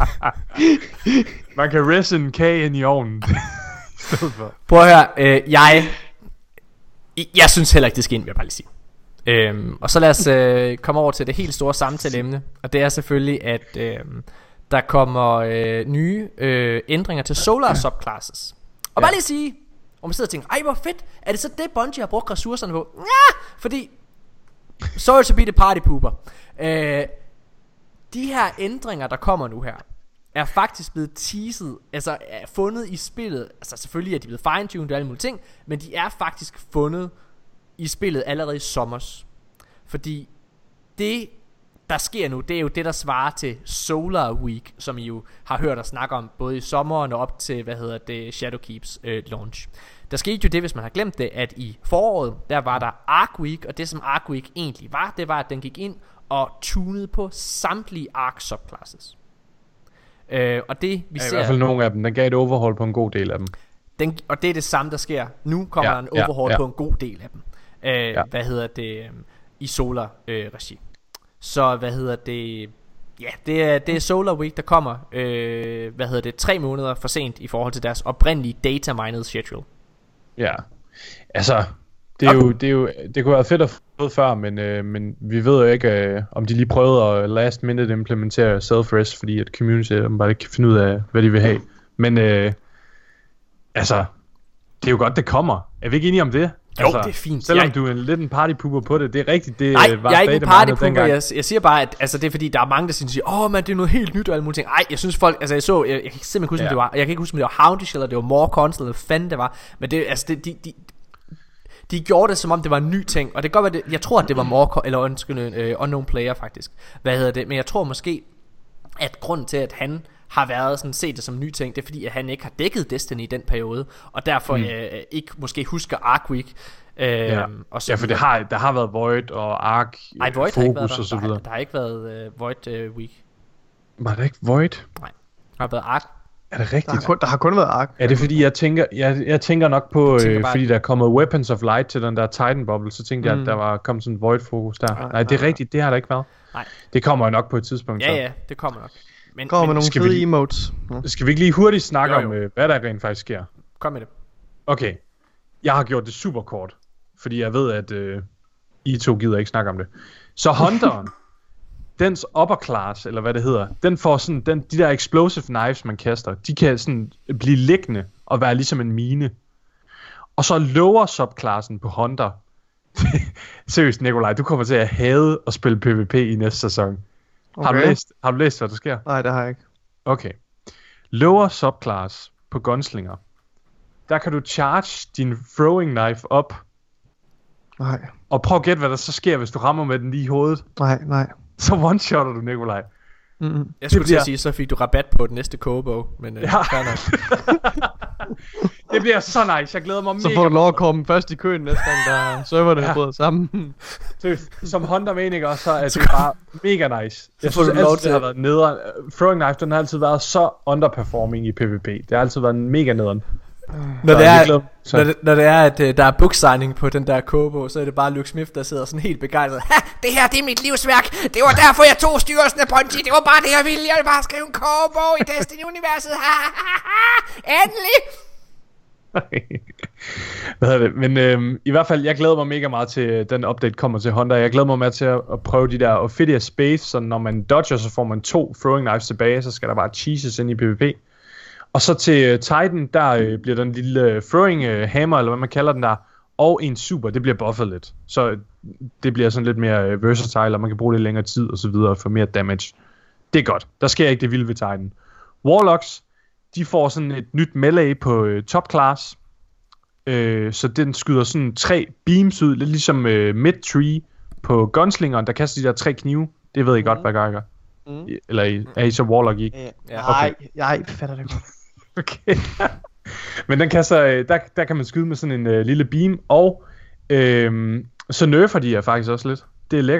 man kan rise en kage ind i ovnen. Prøv at høre, øh, jeg, jeg synes heller ikke, det skal ind, vil jeg bare lige sige. Øhm, og så lad os øh, komme over til det helt store samtaleemne. Og det er selvfølgelig at øh, der kommer øh, nye øh, ændringer til Solar subclasses. Og ja. bare lige sige, om man sidder og tænker, ej hvor fedt, er det så det Bungie har brugt ressourcerne på? Ja, fordi sorry to be the party pooper, øh, de her ændringer der kommer nu her er faktisk blevet teaset, altså er fundet i spillet. Altså selvfølgelig er de blevet fine-tuned og alle mulige ting, men de er faktisk fundet i spillet allerede i sommers. Fordi det der sker nu, det er jo det der svarer til Solar Week, som I jo har hørt os snakke om både i sommeren og op til, hvad hedder det, Shadowkeeps øh, launch. Der skete jo det, hvis man har glemt det, at i foråret der var der Arc Week, og det som Arc Week egentlig var, det var at den gik ind og tunede på samtlige Arc subclasses. øh, Og det vi ja, ser, i hvert fald nogle af dem, den gav et overhaul på en god del af dem. den, og det er det samme der sker. Nu kommer ja, der en overhaul ja, ja. på en god del af dem. Øh, ja. Hvad hedder det, i Solar øh, regi. Så hvad hedder det, ja, det er, det er Solar Week der kommer øh, hvad hedder det, tre måneder for sent i forhold til deres oprindelige data mined schedule. Ja, altså det er jo, det er jo, det kunne være fedt at få før, men, øh, men vi ved jo ikke øh, om de lige prøvede at last minute implementere self-res, fordi at community bare ikke kan finde ud af hvad de vil have. Men øh, altså det er jo godt det kommer. Er vi ikke enige om det? Jo, altså, det er fint. Selvom jeg... du er en lidt en partypooper på det, det er rigtigt, det Nej, var jeg er ikke en partypooper, jeg, jeg siger bare, at altså, det er fordi, der er mange, der siger, åh, oh, men det er noget helt nyt og alle mulige ting. Ej, jeg synes folk, altså jeg så, jeg, jeg kan simpelthen ikke huske, ja. det var, jeg kan ikke huske, om det var Houndish, eller det var More Console, eller hvad fanden det var, men det, altså, det, de, de, de gjorde det, som om det var en ny ting, og det kan godt være, det, jeg tror, at det var More, eller undskyld, uh, Unknown Player faktisk, hvad hedder det, men jeg tror måske, at grunden til, at han har været sådan set det som en ny ting, det er fordi, at han ikke har dækket Destiny i den periode, og derfor mm. øh, ikke måske husker Arc Week. Øh, ja. Og så ja, for det har, der har været Void og Arc, Ej, Void Focus og så videre. Der, der har ikke været uh, Void uh, Week. Var det ikke Void? Nej, der har været Arc. Er det rigtigt? Der har kun, der har kun været Arc. Er det fordi, jeg tænker, jeg, jeg tænker nok på, tænker øh, bare, fordi der er kommet Weapons of Light til den der Titan Bubble, så tænkte mm. jeg, at der var kommet sådan en Void Focus der. Ja, Nej, det er ja, rigtigt, det har der ikke været. Nej. Det kommer jo nok på et tidspunkt. Ja, så. ja, det kommer nok. Men, kommer med nogle fede emotes. Ja. Skal vi ikke lige hurtigt snakke jo, jo. om, øh, hvad der rent faktisk sker? Kom med det. Okay, jeg har gjort det super kort, fordi jeg ved, at øh, I to gider ikke snakke om det. Så Hunteren, dens upper class, eller hvad det hedder, den får sådan, den, de der explosive knives, man kaster, de kan sådan blive liggende og være ligesom en mine. Og så lower subklassen på Hunter. Seriøst, Nikolaj, du kommer til at hade at spille PvP i næste sæson. Okay. Har, du læst, har du læst, hvad der sker? Nej, det har jeg ikke. Okay. Lower subclass på gunslinger. Der kan du charge din throwing knife op. Nej. Og prøv at gætte, hvad der så sker, hvis du rammer med den lige i hovedet. Nej, nej. Så one-shotter du, Nikolaj. Mm-hmm. Jeg skulle bliver... til at sige, så fik du rabat på den næste kobo. Men øh, ja. Det bliver så nice, jeg glæder mig mega. Så får du lov at komme først i køen næste gang, der serverne er brudt sammen. Som Hunter-maniker, så er det bare mega nice. Jeg synes altid, det har været nederen. Throwing knife, den har altid været så underperforming i PvP. Det har altid været mega nederen. Når det, er, når, det, når det er at uh, der er booksigning på den der kobo, så er det bare Luke Smith der sidder sådan helt begejstret. Ha, det her det er mit livsværk. Det var derfor jeg tog styrelsen af Bungie. Det var bare det jeg ville. Jeg ville bare skrive en kobo i Destiny-universet. Endelig. Hvad er det? Men øhm, i hvert fald, jeg glæder mig mega meget til den update kommer til Hunter. Jeg glæder mig meget til at, at prøve de der Ophidia Space, så når man dodger, så får man to throwing knives tilbage, så skal der bare cheeses ind i PvP. Og så til uh, Titan, der uh, bliver den lille uh, throwing uh, hammer, eller hvad man kalder den der, og en super, det bliver buffet lidt. Så uh, det bliver sådan lidt mere uh, versatile, og man kan bruge det længere tid og så videre for mere damage. Det er godt. Der sker ikke det vilde ved Titan. Warlocks, de får sådan et nyt melee på uh, top class. Uh, så den skyder sådan tre beams ud, lidt ligesom uh, mid-tree på gunslingeren, der kaster de der tre knive. Det ved I mm. godt, hvad jeg gør. Mm. Eller I, er I så Warlock i? Ja, okay. Nej, jeg fatter det godt. Okay. Men den kan så, der, der kan man skyde med sådan en uh, lille beam, og øhm, så nerfer de her faktisk også lidt. Det er lækkert.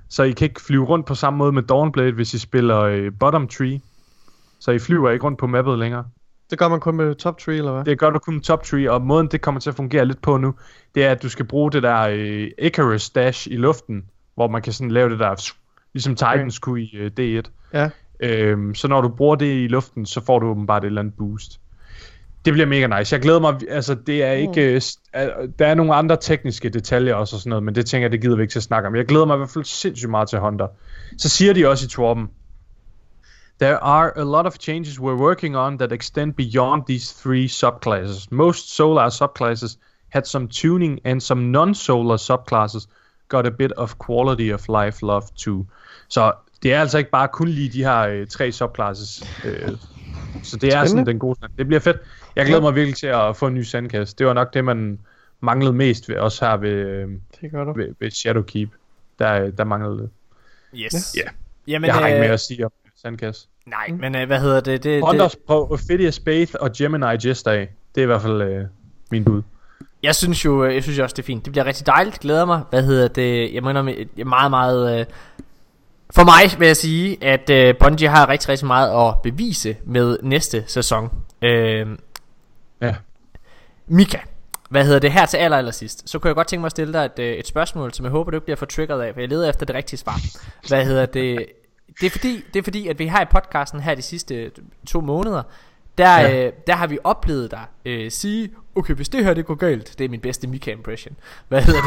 Så I kan ikke flyve rundt på samme måde med Dawnblade, hvis I spiller øh, Bottom Tree. Så I flyver ikke rundt på mappet længere. Det gør man kun med Top Tree, eller hvad? Det gør du kun med Top Tree, og måden det kommer til at fungere lidt på nu, det er, at du skal bruge det der øh, Icarus Dash i luften, hvor man kan sådan lave det der, ligesom Titans okay. kunne i øh, D et. Ja. Øhm, så når du bruger det i luften, så får du åbenbart et eller andet boost. Det bliver mega nice. Jeg glæder mig, altså det er ikke, mm. der er nogle andre tekniske detaljer også og sådan noget, men det tænker jeg, det gider vi ikke til at snakke om. Jeg glæder mig i hvert fald sindssygt meget til Hunter. Så siger de også i Torben, there are a lot of changes we're working on that extend beyond these three subclasses. Most solar subclasses had some tuning, and some non-solar subclasses got a bit of quality of life love too. Så det er altså ikke bare kun lige de her øh, tre subclasses. Øh, så det er Spændende. Sådan den gode snak. Det bliver fedt. Jeg glæder mig virkelig til at få en ny sandkasse. Det var nok det, man manglede mest ved os her ved, øh, ved, ved Shadowkeep. Der, der manglede det. Yes. Ja. Yeah. Jamen, jeg har øh... ikke mere at sige om sandkasse. Nej, mm. men øh, hvad hedder det? det Hunters det... på Ophidia Space og Gemini Jester. Det er i hvert fald øh, min bud. Jeg synes jo, jeg synes jo også det er fint. Det bliver rigtig dejligt. Glæder mig. Hvad hedder det? Jeg mener meget meget. Øh... For mig vil jeg sige, at øh, Bungie har rigtig rigtig meget at bevise med næste sæson. Øh... Ja. Mika, hvad hedder det her til aller, aller sidst? Så kunne jeg godt tænke mig at stille dig et, et spørgsmål, som jeg håber du ikke bliver for triggeret af, for jeg leder efter det rigtige svar. Hvad hedder det? Det er fordi, det er fordi at vi har i podcasten her de sidste to måneder, der, ja. øh, der har vi oplevet dig øh, sige, okay, hvis det her det går galt, det er min bedste Mika impression. Hvad hedder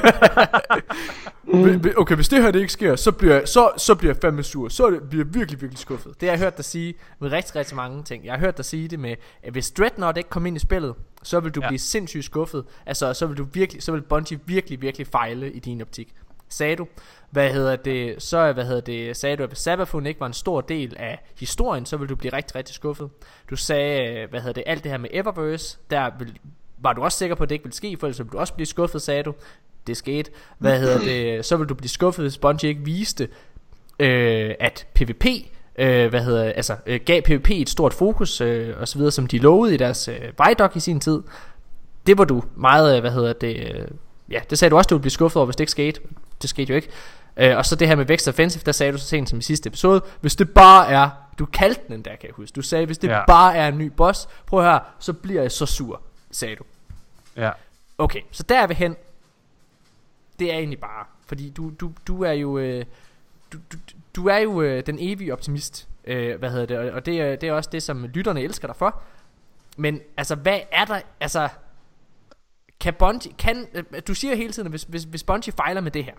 det? Okay, hvis det her det ikke sker, så bliver så så bliver jeg fandme sur. Så bliver jeg virkelig virkelig skuffet. Det har jeg hørt dig sige med rigtig rigtig mange ting. Jeg har hørt dig sige det med, at hvis Dreadnought ikke kom ind i spillet, så vil du ja. blive sindssygt skuffet. Altså, så vil du virkelig, så vil Bungie virkelig virkelig fejle i din optik. Sagde du, hvad hedder det, så hvad hedder det, sagde du, at hvis Savathûn ikke var en stor del af historien, så ville du blive rigtig rigtig skuffet. Du sagde, hvad hedder det, alt det her med Eververse, der vil, var du også sikker på at det ikke ville ske, for ellers ville du også blive skuffet, sagde du. Det skete. Hvad hedder det, så ville du blive skuffet, hvis Bungie ikke viste øh, at PvP øh, hvad hedder, altså øh, gav PvP et stort fokus øh, og så videre, som de lovede i deres øh, Vidoc i sin tid. Det var du meget, øh, hvad hedder det, øh, ja, det sagde du også, du ville blive skuffet over, hvis det ikke skete. Det skete jo ikke. øh, Og så det her med Vex Offensive, der sagde du så sent som i sidste episode, hvis det bare er, du kaldte den der, kan jeg huske. Du sagde, hvis det ja. bare er en ny boss, prøv her, så bliver jeg så sur, sagde du. Ja. Okay, så der er vi hen. Det er egentlig bare, fordi du, du, du er jo øh, du, du, du er jo øh, den evige optimist, øh, hvad hedder det, og, og det, er, det er også det, som lytterne elsker dig for. Men altså, hvad er der, altså, kan Bungie, kan, du siger hele tiden, at hvis, hvis, hvis Bungie fejler med det her,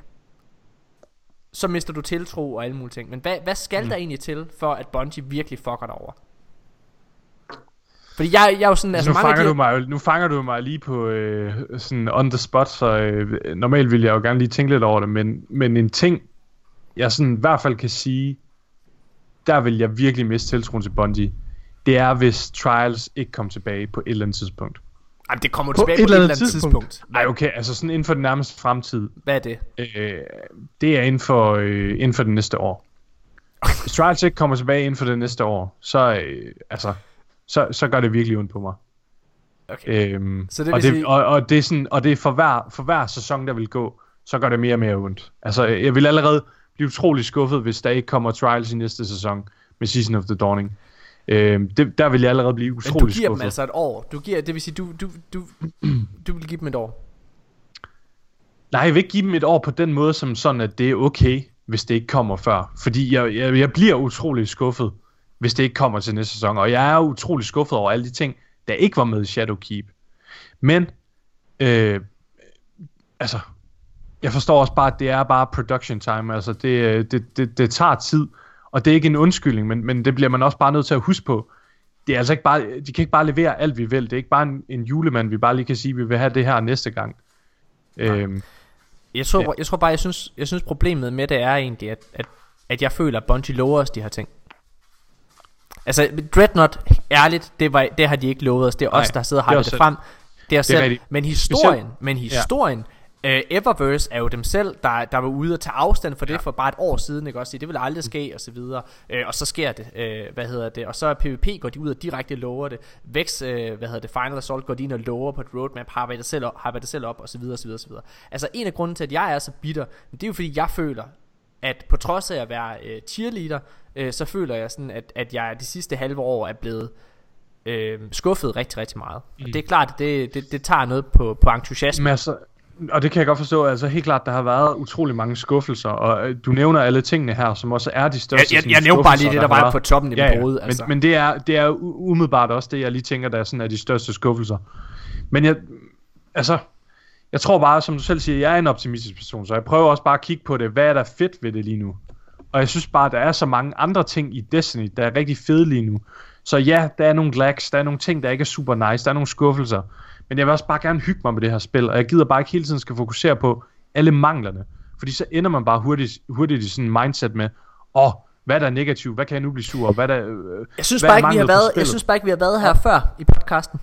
så mister du tiltro og alle mulige ting. Men hvad, hvad skal mm. der egentlig til, for at Bungie virkelig fucker dig over? Fordi jeg, jeg er jo sådan, altså, nu, mange fanger de... du mig, nu fanger du mig lige på øh, sådan on the spot, så øh, normalt ville jeg jo gerne lige tænke lidt over det, men, men en ting, jeg sådan i hvert fald kan sige, der vil jeg virkelig miste tiltroen til Bungie, det er, hvis Trials ikke kommer tilbage på et eller andet tidspunkt. Jamen, det kommer tilbage på et, på et eller andet tidspunkt. tidspunkt. Nej, okay, altså sådan inden for den nærmeste fremtid. Hvad er det? Øh, det er inden for, øh, inden for det næste år. Hvis Trials ikke kommer tilbage inden for det næste år, så, øh, altså, så, så gør det virkelig ondt på mig. Okay. Øhm, så det og, det, sige... og, og det er sådan, og det er for hver, for hver sæson, der vil gå, så gør det mere og mere ondt. Altså, jeg vil allerede blive utrolig skuffet, hvis der ikke kommer Trials i næste sæson med Season of the Dawning. Øhm, det, der vil jeg allerede blive utrolig skuffet. Men du giver skuffet. dem altså et år. Du giver, det vil sige, du, du, du, du vil give dem et år. Nej, jeg vil ikke give dem et år på den måde, som sådan, at det er okay, hvis det ikke kommer før. Fordi jeg, jeg, jeg bliver utrolig skuffet, hvis det ikke kommer til næste sæson. Og jeg er utrolig skuffet over alle de ting, der ikke var med i Shadowkeep. Men, øh, altså, jeg forstår også bare, at det er bare production time. Altså, det, det, det, det tager tid. Og det er ikke en undskyldning, men, men det bliver man også bare nødt til at huske på. Det er altså ikke bare, de kan ikke bare levere alt vi vil. Det er ikke bare en, en julemand, vi bare lige kan sige, vi vil have det her næste gang. Øhm, jeg, tror, ja. jeg tror bare, jeg synes, jeg synes problemet med det er egentlig, at, at, at jeg føler, at Bungie lover os de her ting. Altså, Dreadnought, ærligt, det, var, det har de ikke lovet os. Det er os, der sidder og har det, det frem. Det er, det er selv. Men historien, men historien, Uh, Eververse er jo dem selv, der, der var ude og tage afstand for det ja. for bare et år siden, ikke også? Det vil aldrig ske, og så videre. Uh, og så sker det, uh, hvad hedder det? Og så er PvP går de ud og direkte lover det. Vex, uh, hvad hedder det? Final Assault går de ind og lover på et roadmap, har arbejdet selv op, har arbejdet selv op, og så videre, og så videre, og så videre. Altså en af grunden til, at jeg er så bitter, det er jo fordi, jeg føler, at på trods af at være øh, cheerleader, øh, så føler jeg sådan, at, at jeg de sidste halve år er blevet øh, skuffet rigtig, rigtig meget. Mm. Og det er klart, det, det, det tager noget på, på entusiasme. Altså, og det kan jeg godt forstå, altså helt klart, der har været utrolig mange skuffelser, og du nævner alle tingene her, som også er de største. Jeg, jeg, jeg nævner bare lige det, der, der var på toppen i ja, mit hoved. Altså. Men, men det er, det er umiddelbart også det, jeg lige tænker, der er, sådan, er de største skuffelser. Men jeg, altså, jeg tror bare, som du selv siger, jeg er en optimistisk person, så jeg prøver også bare at kigge på det, hvad er der fedt ved det lige nu. Og jeg synes bare, der er så mange andre ting i Destiny, der er rigtig fede lige nu. Så ja, der er nogle lags, der er nogle ting, der ikke er super nice, der er nogle skuffelser. Men jeg vil også bare gerne hygge mig med det her spil, og jeg gider bare ikke hele tiden skal fokusere på alle manglerne. Fordi så ender man bare hurtigt, hurtigt i sådan en mindset med, åh, oh, hvad er der negativt, hvad kan jeg nu blive sur, hvad er der, øh, jeg synes bare ikke vi har været, jeg synes bare ikke vi har været her før i podcasten.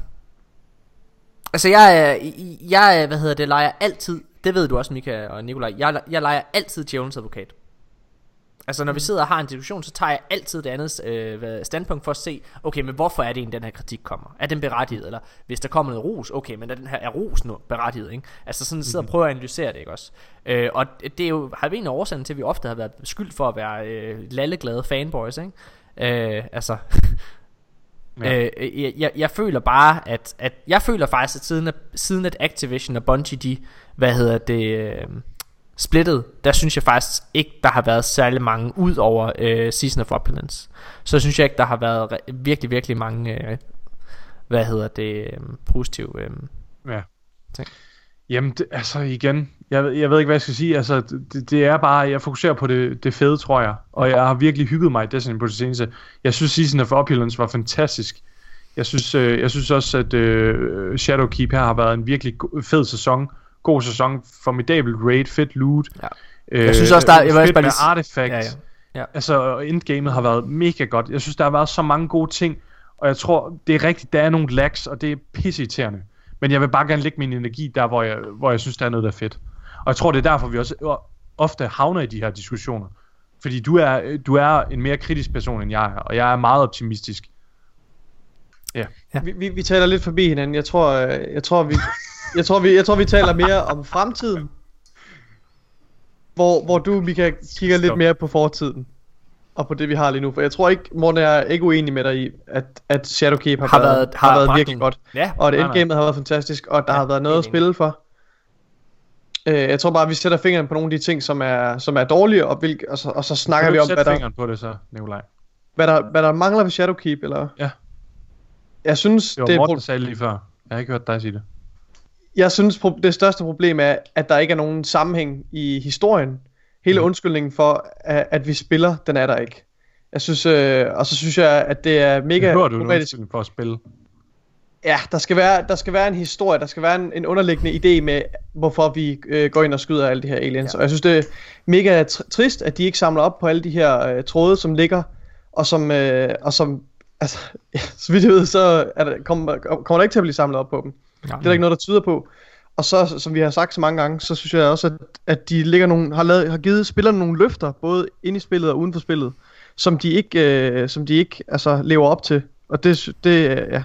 Altså jeg, jeg, hvad hedder det, leger altid, det ved du også Mika og Nikolaj, jeg, jeg leger altid djævelens advokat. Altså når vi sidder og har en diskussion, så tager jeg altid det andet øh, standpunkt for at se, okay, men hvorfor er det egentlig, den her kritik kommer? Er den berettiget? Eller hvis der kommer noget ros, okay, men er den her er ros nu berettiget, ikke? Altså sådan sidder og prøver at analysere det, ikke også? Øh, og det er jo, har vi en af årsagen til, at vi ofte har været skyldt for at være øh, lalleglade fanboys, ikke? Øh, altså... Ja. Øh, jeg, jeg, jeg føler bare at, at jeg føler faktisk at siden at, siden at Activision og Bungie de hvad hedder det øh, splittet, der synes jeg faktisk ikke der har været særlig mange ud over øh, Season of Opulence. Så synes jeg ikke der har været re- virkelig virkelig mange øh, hvad hedder det øh, positive øh, ja. ting. Jamen det, altså igen, jeg, jeg ved ikke hvad jeg skal sige. Altså det, det er bare, jeg fokuserer på det, det fede, tror jeg. Og jeg har virkelig hygget mig i Destiny på det seneste. Jeg synes Season of Opulence var fantastisk. Jeg synes, øh, jeg synes også at øh, Shadowkeep her har været en virkelig go- fed sæson. God sæson, formidabel raid, fedt loot. Ja. Øh, jeg synes også der jeg fedt bare med artifacts. Ja, ja. Ja. Altså endgamet har været mega godt. Jeg synes der har været så mange gode ting. Og jeg tror det er rigtigt, der er nogle lags, og det er pisseirriterende. Men jeg vil bare gerne lægge min energi der, hvor jeg, hvor jeg synes, der er noget, der er fedt. Og jeg tror, det er derfor, vi også ofte havner i de her diskussioner. Fordi du er, du er en mere kritisk person, end jeg er, og jeg er meget optimistisk. Ja. Ja. Vi, vi, vi taler lidt forbi hinanden. Jeg tror, jeg tror, vi, jeg tror, vi, jeg tror, vi taler mere om fremtiden. Hvor, hvor du, vi kan kigge lidt mere på fortiden. Og på det vi har lige nu. For jeg tror ikke, Morten er ikke uenig med dig i At, at Shadowkeep har, har været, været, har været virkelig godt. Ja, og at endgamet har været fantastisk. Og der ja, har været noget at spille for. uh, Jeg tror bare at vi sætter fingeren på nogle af de ting Som er, som er dårlige. Og, hvilke, og, så, og så snakker vi om hvad der, på det så, Nikolaj? Hvad der, hvad der mangler ved Shadowkeep eller? Ja. Jeg synes det var det Morten sagde lige før. Jeg har ikke hørt dig sige det. Jeg synes det største problem er At der ikke er nogen sammenhæng i historien. Hele mm. undskyldningen for at, at vi spiller, den er der ikke. Jeg synes, øh, og så synes jeg, at det er mega. Hører du en undskyldning for at spille? Ja, der skal være, der skal være en historie, der skal være en, en underliggende idé med, hvorfor vi øh, går ind og skyder alle de her aliens. Ja. Og jeg synes, det er mega tr- trist, at de ikke samler op på alle de her øh, tråde, som ligger, og som, øh, og som, altså, ja, så vidt jeg ved, så er der, kommer, kommer der ikke til at blive samlet op på dem. Ja. Det er der ikke noget, der tyder på. Og så, som vi har sagt så mange gange, så synes jeg også, at, at de ligger nogle, har, lavet, har givet spillerne nogle løfter, både inde i spillet og uden for spillet, som de ikke, øh, som de ikke altså, lever op til. Og det, det ja.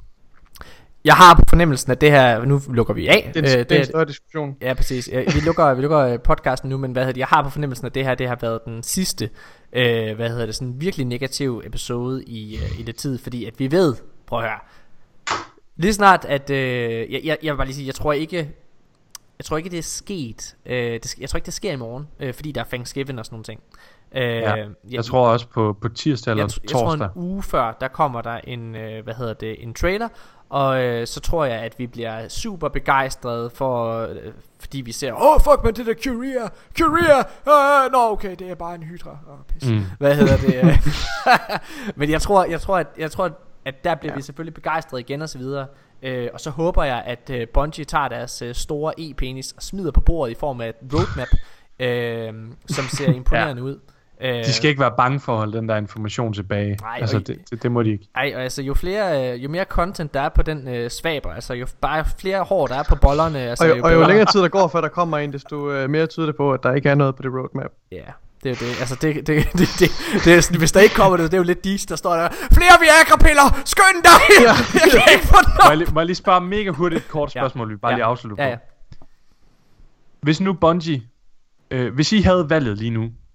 Jeg har på fornemmelsen, at det her, nu lukker vi af. Det er en, øh, det er en større diskussion. Ja, præcis. Vi lukker, vi lukker podcasten nu, men hvad hedder det, jeg har på fornemmelsen, at det her, det har været den sidste, øh, hvad hedder det, sådan virkelig negativ episode i, øh, i det tid, fordi at vi ved, prøv at høre, lige snart at øh, jeg, jeg, jeg vil bare lige sige, jeg tror ikke Jeg tror ikke det er sket øh, det, Jeg tror ikke det sker i morgen, øh, fordi der er Thanksgiving og sådan nogle ting. øh, ja, jeg, jeg tror også på, på tirsdag eller jeg, torsdag. Jeg tror en uge før, der kommer der en øh, hvad hedder det, en trailer. Og øh, så tror jeg at vi bliver super begejstrede for øh, fordi vi ser, åh oh, fuck man, det der Curia Curia, uh, nå okay, det er bare en hydra. oh, pis. Mm. Hvad hedder det? Men jeg tror Jeg tror at, jeg tror at at der bliver ja. vi selvfølgelig begejstrede igen og så videre. øh, Og så håber jeg at uh, Bungie tager deres uh, store e-penis og smider på bordet i form af et roadmap, øh, som ser imponerende ja. ud. De skal ikke være bange for at holde den der information tilbage. Nej, altså, det, det, det må de ikke. Ej, altså jo flere, øh, jo mere content der er på den øh, svaber, altså jo bare flere hår der er på bollerne, altså, og, jo, jo og jo længere tid der går før der kommer en, desto øh, mere tyder det på at der ikke er noget på det roadmap. Ja, yeah. Det er jo det, altså det, det, det, det, det, det er sådan, hvis der ikke kommer det, det er jo lidt dis, der står der, flere Viagra-piller, skynd dig! Ja. Jeg kan ikke få den op! Må jeg, lige, må jeg lige spørge mega hurtigt et kort spørgsmål, ja. vi bare ja. lige afslutter på. Ja, ja. Hvis nu Bungie, øh, hvis I havde valget lige nu,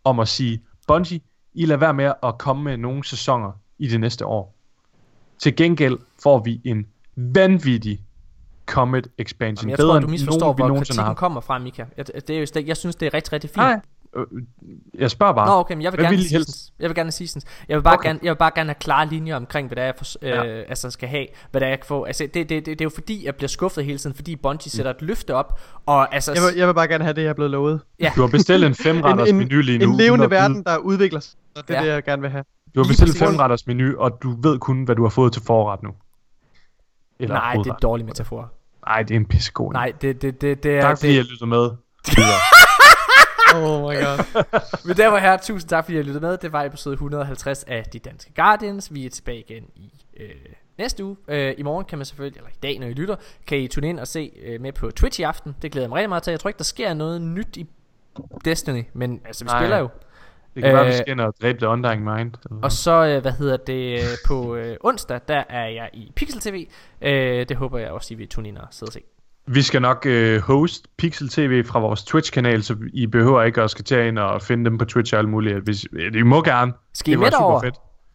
om at sige, Bungie, I lader være med at komme med nogle sæsoner i det næste år. Til gengæld får vi en vanvittig Comet expansion. Jamen, jeg bedre tror, du misforstår, hvor kritikken har. kommer fra, Mika. Jeg, det er jo, jeg synes, det er rigtig, rigtig fint. Nej, øh, jeg spørger bare. Nå, okay, men jeg vil Hvad gerne vil I have helst? seasons. Jeg vil gerne have seasons. Jeg vil bare Okay. gerne, jeg vil bare gerne have klare linjer omkring, hvad det er, jeg for, øh, Ja. altså skal have, hvad det er, jeg kan få. Altså, det, det, det, det er jo fordi, jeg bliver skuffet hele tiden, fordi Bungie sætter et løfte op, og altså... Jeg vil, jeg vil bare gerne have det, jeg er blevet lovet. Ja. Du har bestilt en femretters en, menu lige nu. en uden levende at vide- verden, der udvikler sig. Det er Ja. det, jeg gerne vil have. Du har Lige bestilt en præcis. femretters menu, og du ved kun, hvad du har fået til forret nu. Eller Nej, det er hovedret. en dårlig metafor. Nej, det er en pissegod. Nej, det, det, det, det er... Tak fordi det, jeg lyttede med. Oh my god. Men der var her, tusind tak fordi I lyttede med. Det var episode et hundrede og halvtreds af De Danske Guardians. Vi er tilbage igen i øh, næste uge. øh, I morgen kan man selvfølgelig, eller i dag når I lytter, kan I tune ind og se øh, med på Twitch i aften. Det glæder jeg mig rigtig meget til. Jeg tror ikke der sker noget nyt i Destiny, men altså vi Nej. spiller jo. Det kan være, vi Øh, skal ind og dræbe The Undying Mind. Eller Og så, øh, hvad hedder det, øh, på øh, onsdag, der er jeg i Pixel T V. øh, Det håber jeg også, I vil tune ind og sidde og se. Vi skal nok øh, host Pixel T V fra vores Twitch-kanal, så I behøver ikke at skal til ind og finde dem på Twitch og alt muligt. Hvis, øh, I må gerne. Skal I Det var med super derover? fedt.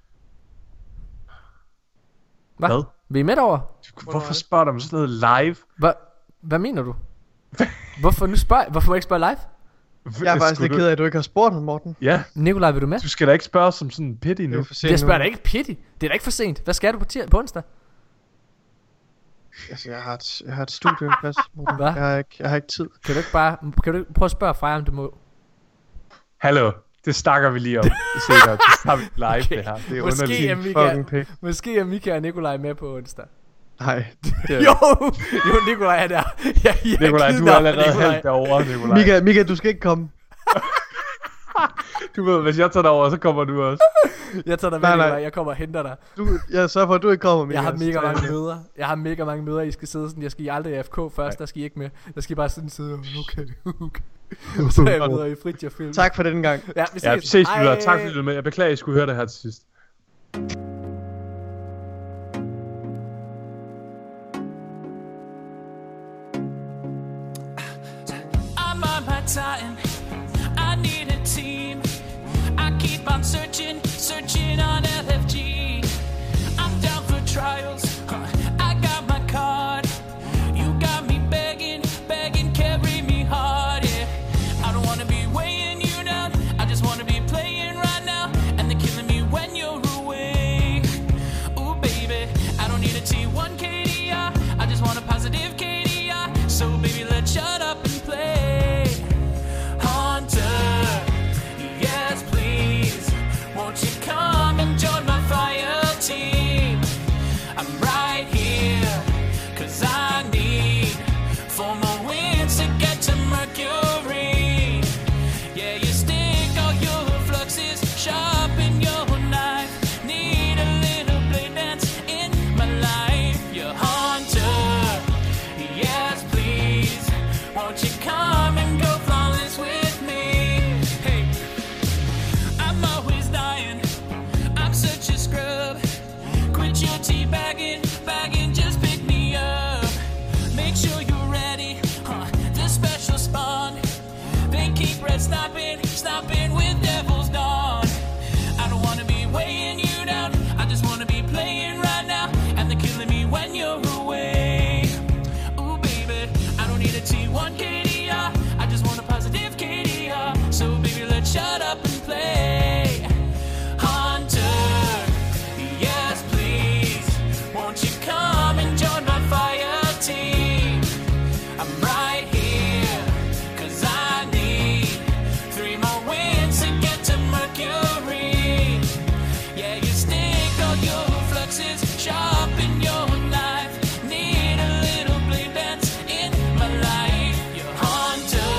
Hvad? Hvad? Vil I med derover? Hvorfor spørger du om sådan noget live? Hvad, hvad mener du? Hvorfor nu spørger Hvorfor må jeg ikke spørge live? Jeg er faktisk Skulle lidt ked af, at du ikke har spurgt ham, Morten. Ja, Nikolaj, vil du med? du skal da ikke spørge som sådan en pity Det nu. er for sent Jeg spørger nu. da ikke pity. Det er da ikke for sent. Hvad skal du på, tir- på onsdag? Altså, jeg har et, jeg har et studie i plads, Morten. Hvad? Jeg har ikke, jeg har ikke tid. Kan du ikke bare kan du ikke prøve at spørge Freja, om du må? Hallo, det snakker vi lige om. Se der, det snakker vi live Okay. det her. Det er Måske underligt. er Mika, Fucking pig. måske er Mika og Nikolaj med på onsdag. Nej, det er Jo, jo, Nikolaj er der. Jeg, jeg Nikolaj, du er kidnapper allerede Nikolaj. helt derovre, Nikolaj. Mika, Mika, du skal ikke komme. Du ved, hvis jeg tager derover, så kommer du også. Jeg tager dig med, Nej, nej. Nikolaj. Jeg kommer og henter dig. Du, jeg sørger for, at du ikke kommer, Mika. Jeg har mega Så- mange møder. Jeg har mega mange møder. I skal sidde sådan. Jeg skal I aldrig i F K først. Der skal I ikke med. Der skal I bare sådan sidde. Okay, okay. Og så er jeg møder i Fritjof Film. Tak for den gang. Ja, vi ses. Ja, ses Hej. videre. Tak fordi du lyttede med. Jeg beklager, at I skulle høre det her til sidst. I'm on my time. I need a team. I keep on searching, searching on L F G. I'm down for trials. Huh. I got my card. You got me begging, begging, carry me hard. Yeah, I don't wanna be weighing you down. I just wanna be playing right now. And they're killing me when you're away. Ooh, baby, I don't need a T one K D I. I just want a positive K D I. So baby, let's shut up and play. Hunter, yes please, won't you come and join my fire team? I'm right here, cause I need four more wins to get to Mercury. Yeah, you stick all your fluxes, sharpen your knife. Need a little blade dance in my life. You're Hunter, yes please, won't you come and go flawless with me? Hey, I'm always dying, I'm such a scrub. Quit your teabagging, bagging, just pick me up. Make sure you're ready, huh, the special spawn. They keep red stopping, stopping with Devil's Dawn. I don't wanna be weighing you down, I just wanna be playing right now. And they're killing me when you're away. Ooh baby, I don't need a T one K D I. I just want a positive K D I. So baby, let's shut up and play. Hunter, yes please, won't you come and join my fire team? I'm right here, cause I need three more wins to get to Mercury. Yeah, you stick all your fluxes, sharpen your knife. Need a little blade dance in my life. You're Hunter,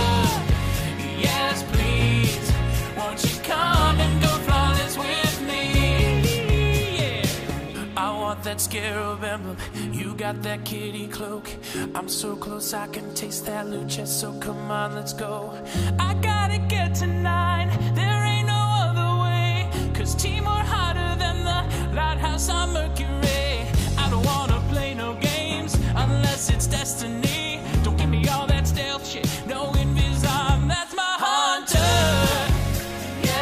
yes please, won't you come and go flawless with me? Yeah, I want that scarab emblem, you got that kitty cloak. I'm so close I can taste that loot chest, so come on, let's go. I gotta get to nine, there ain't no other way. Cause team are hotter than the lighthouse on Mercury. I don't wanna play no games unless it's destiny. Don't give me all that stealth shit, no invis on, that's my Hunter.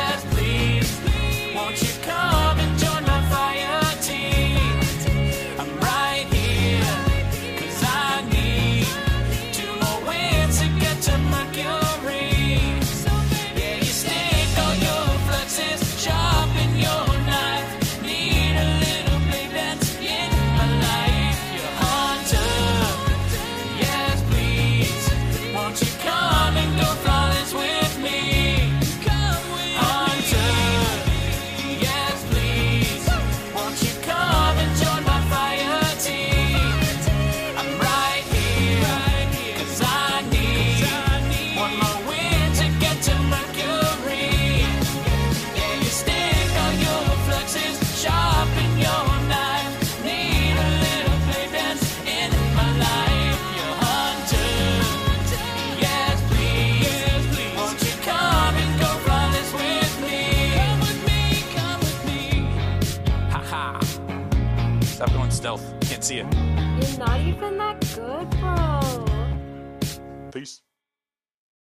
Stop going stealth. Can't see it. You're not even that good, bro. Peace.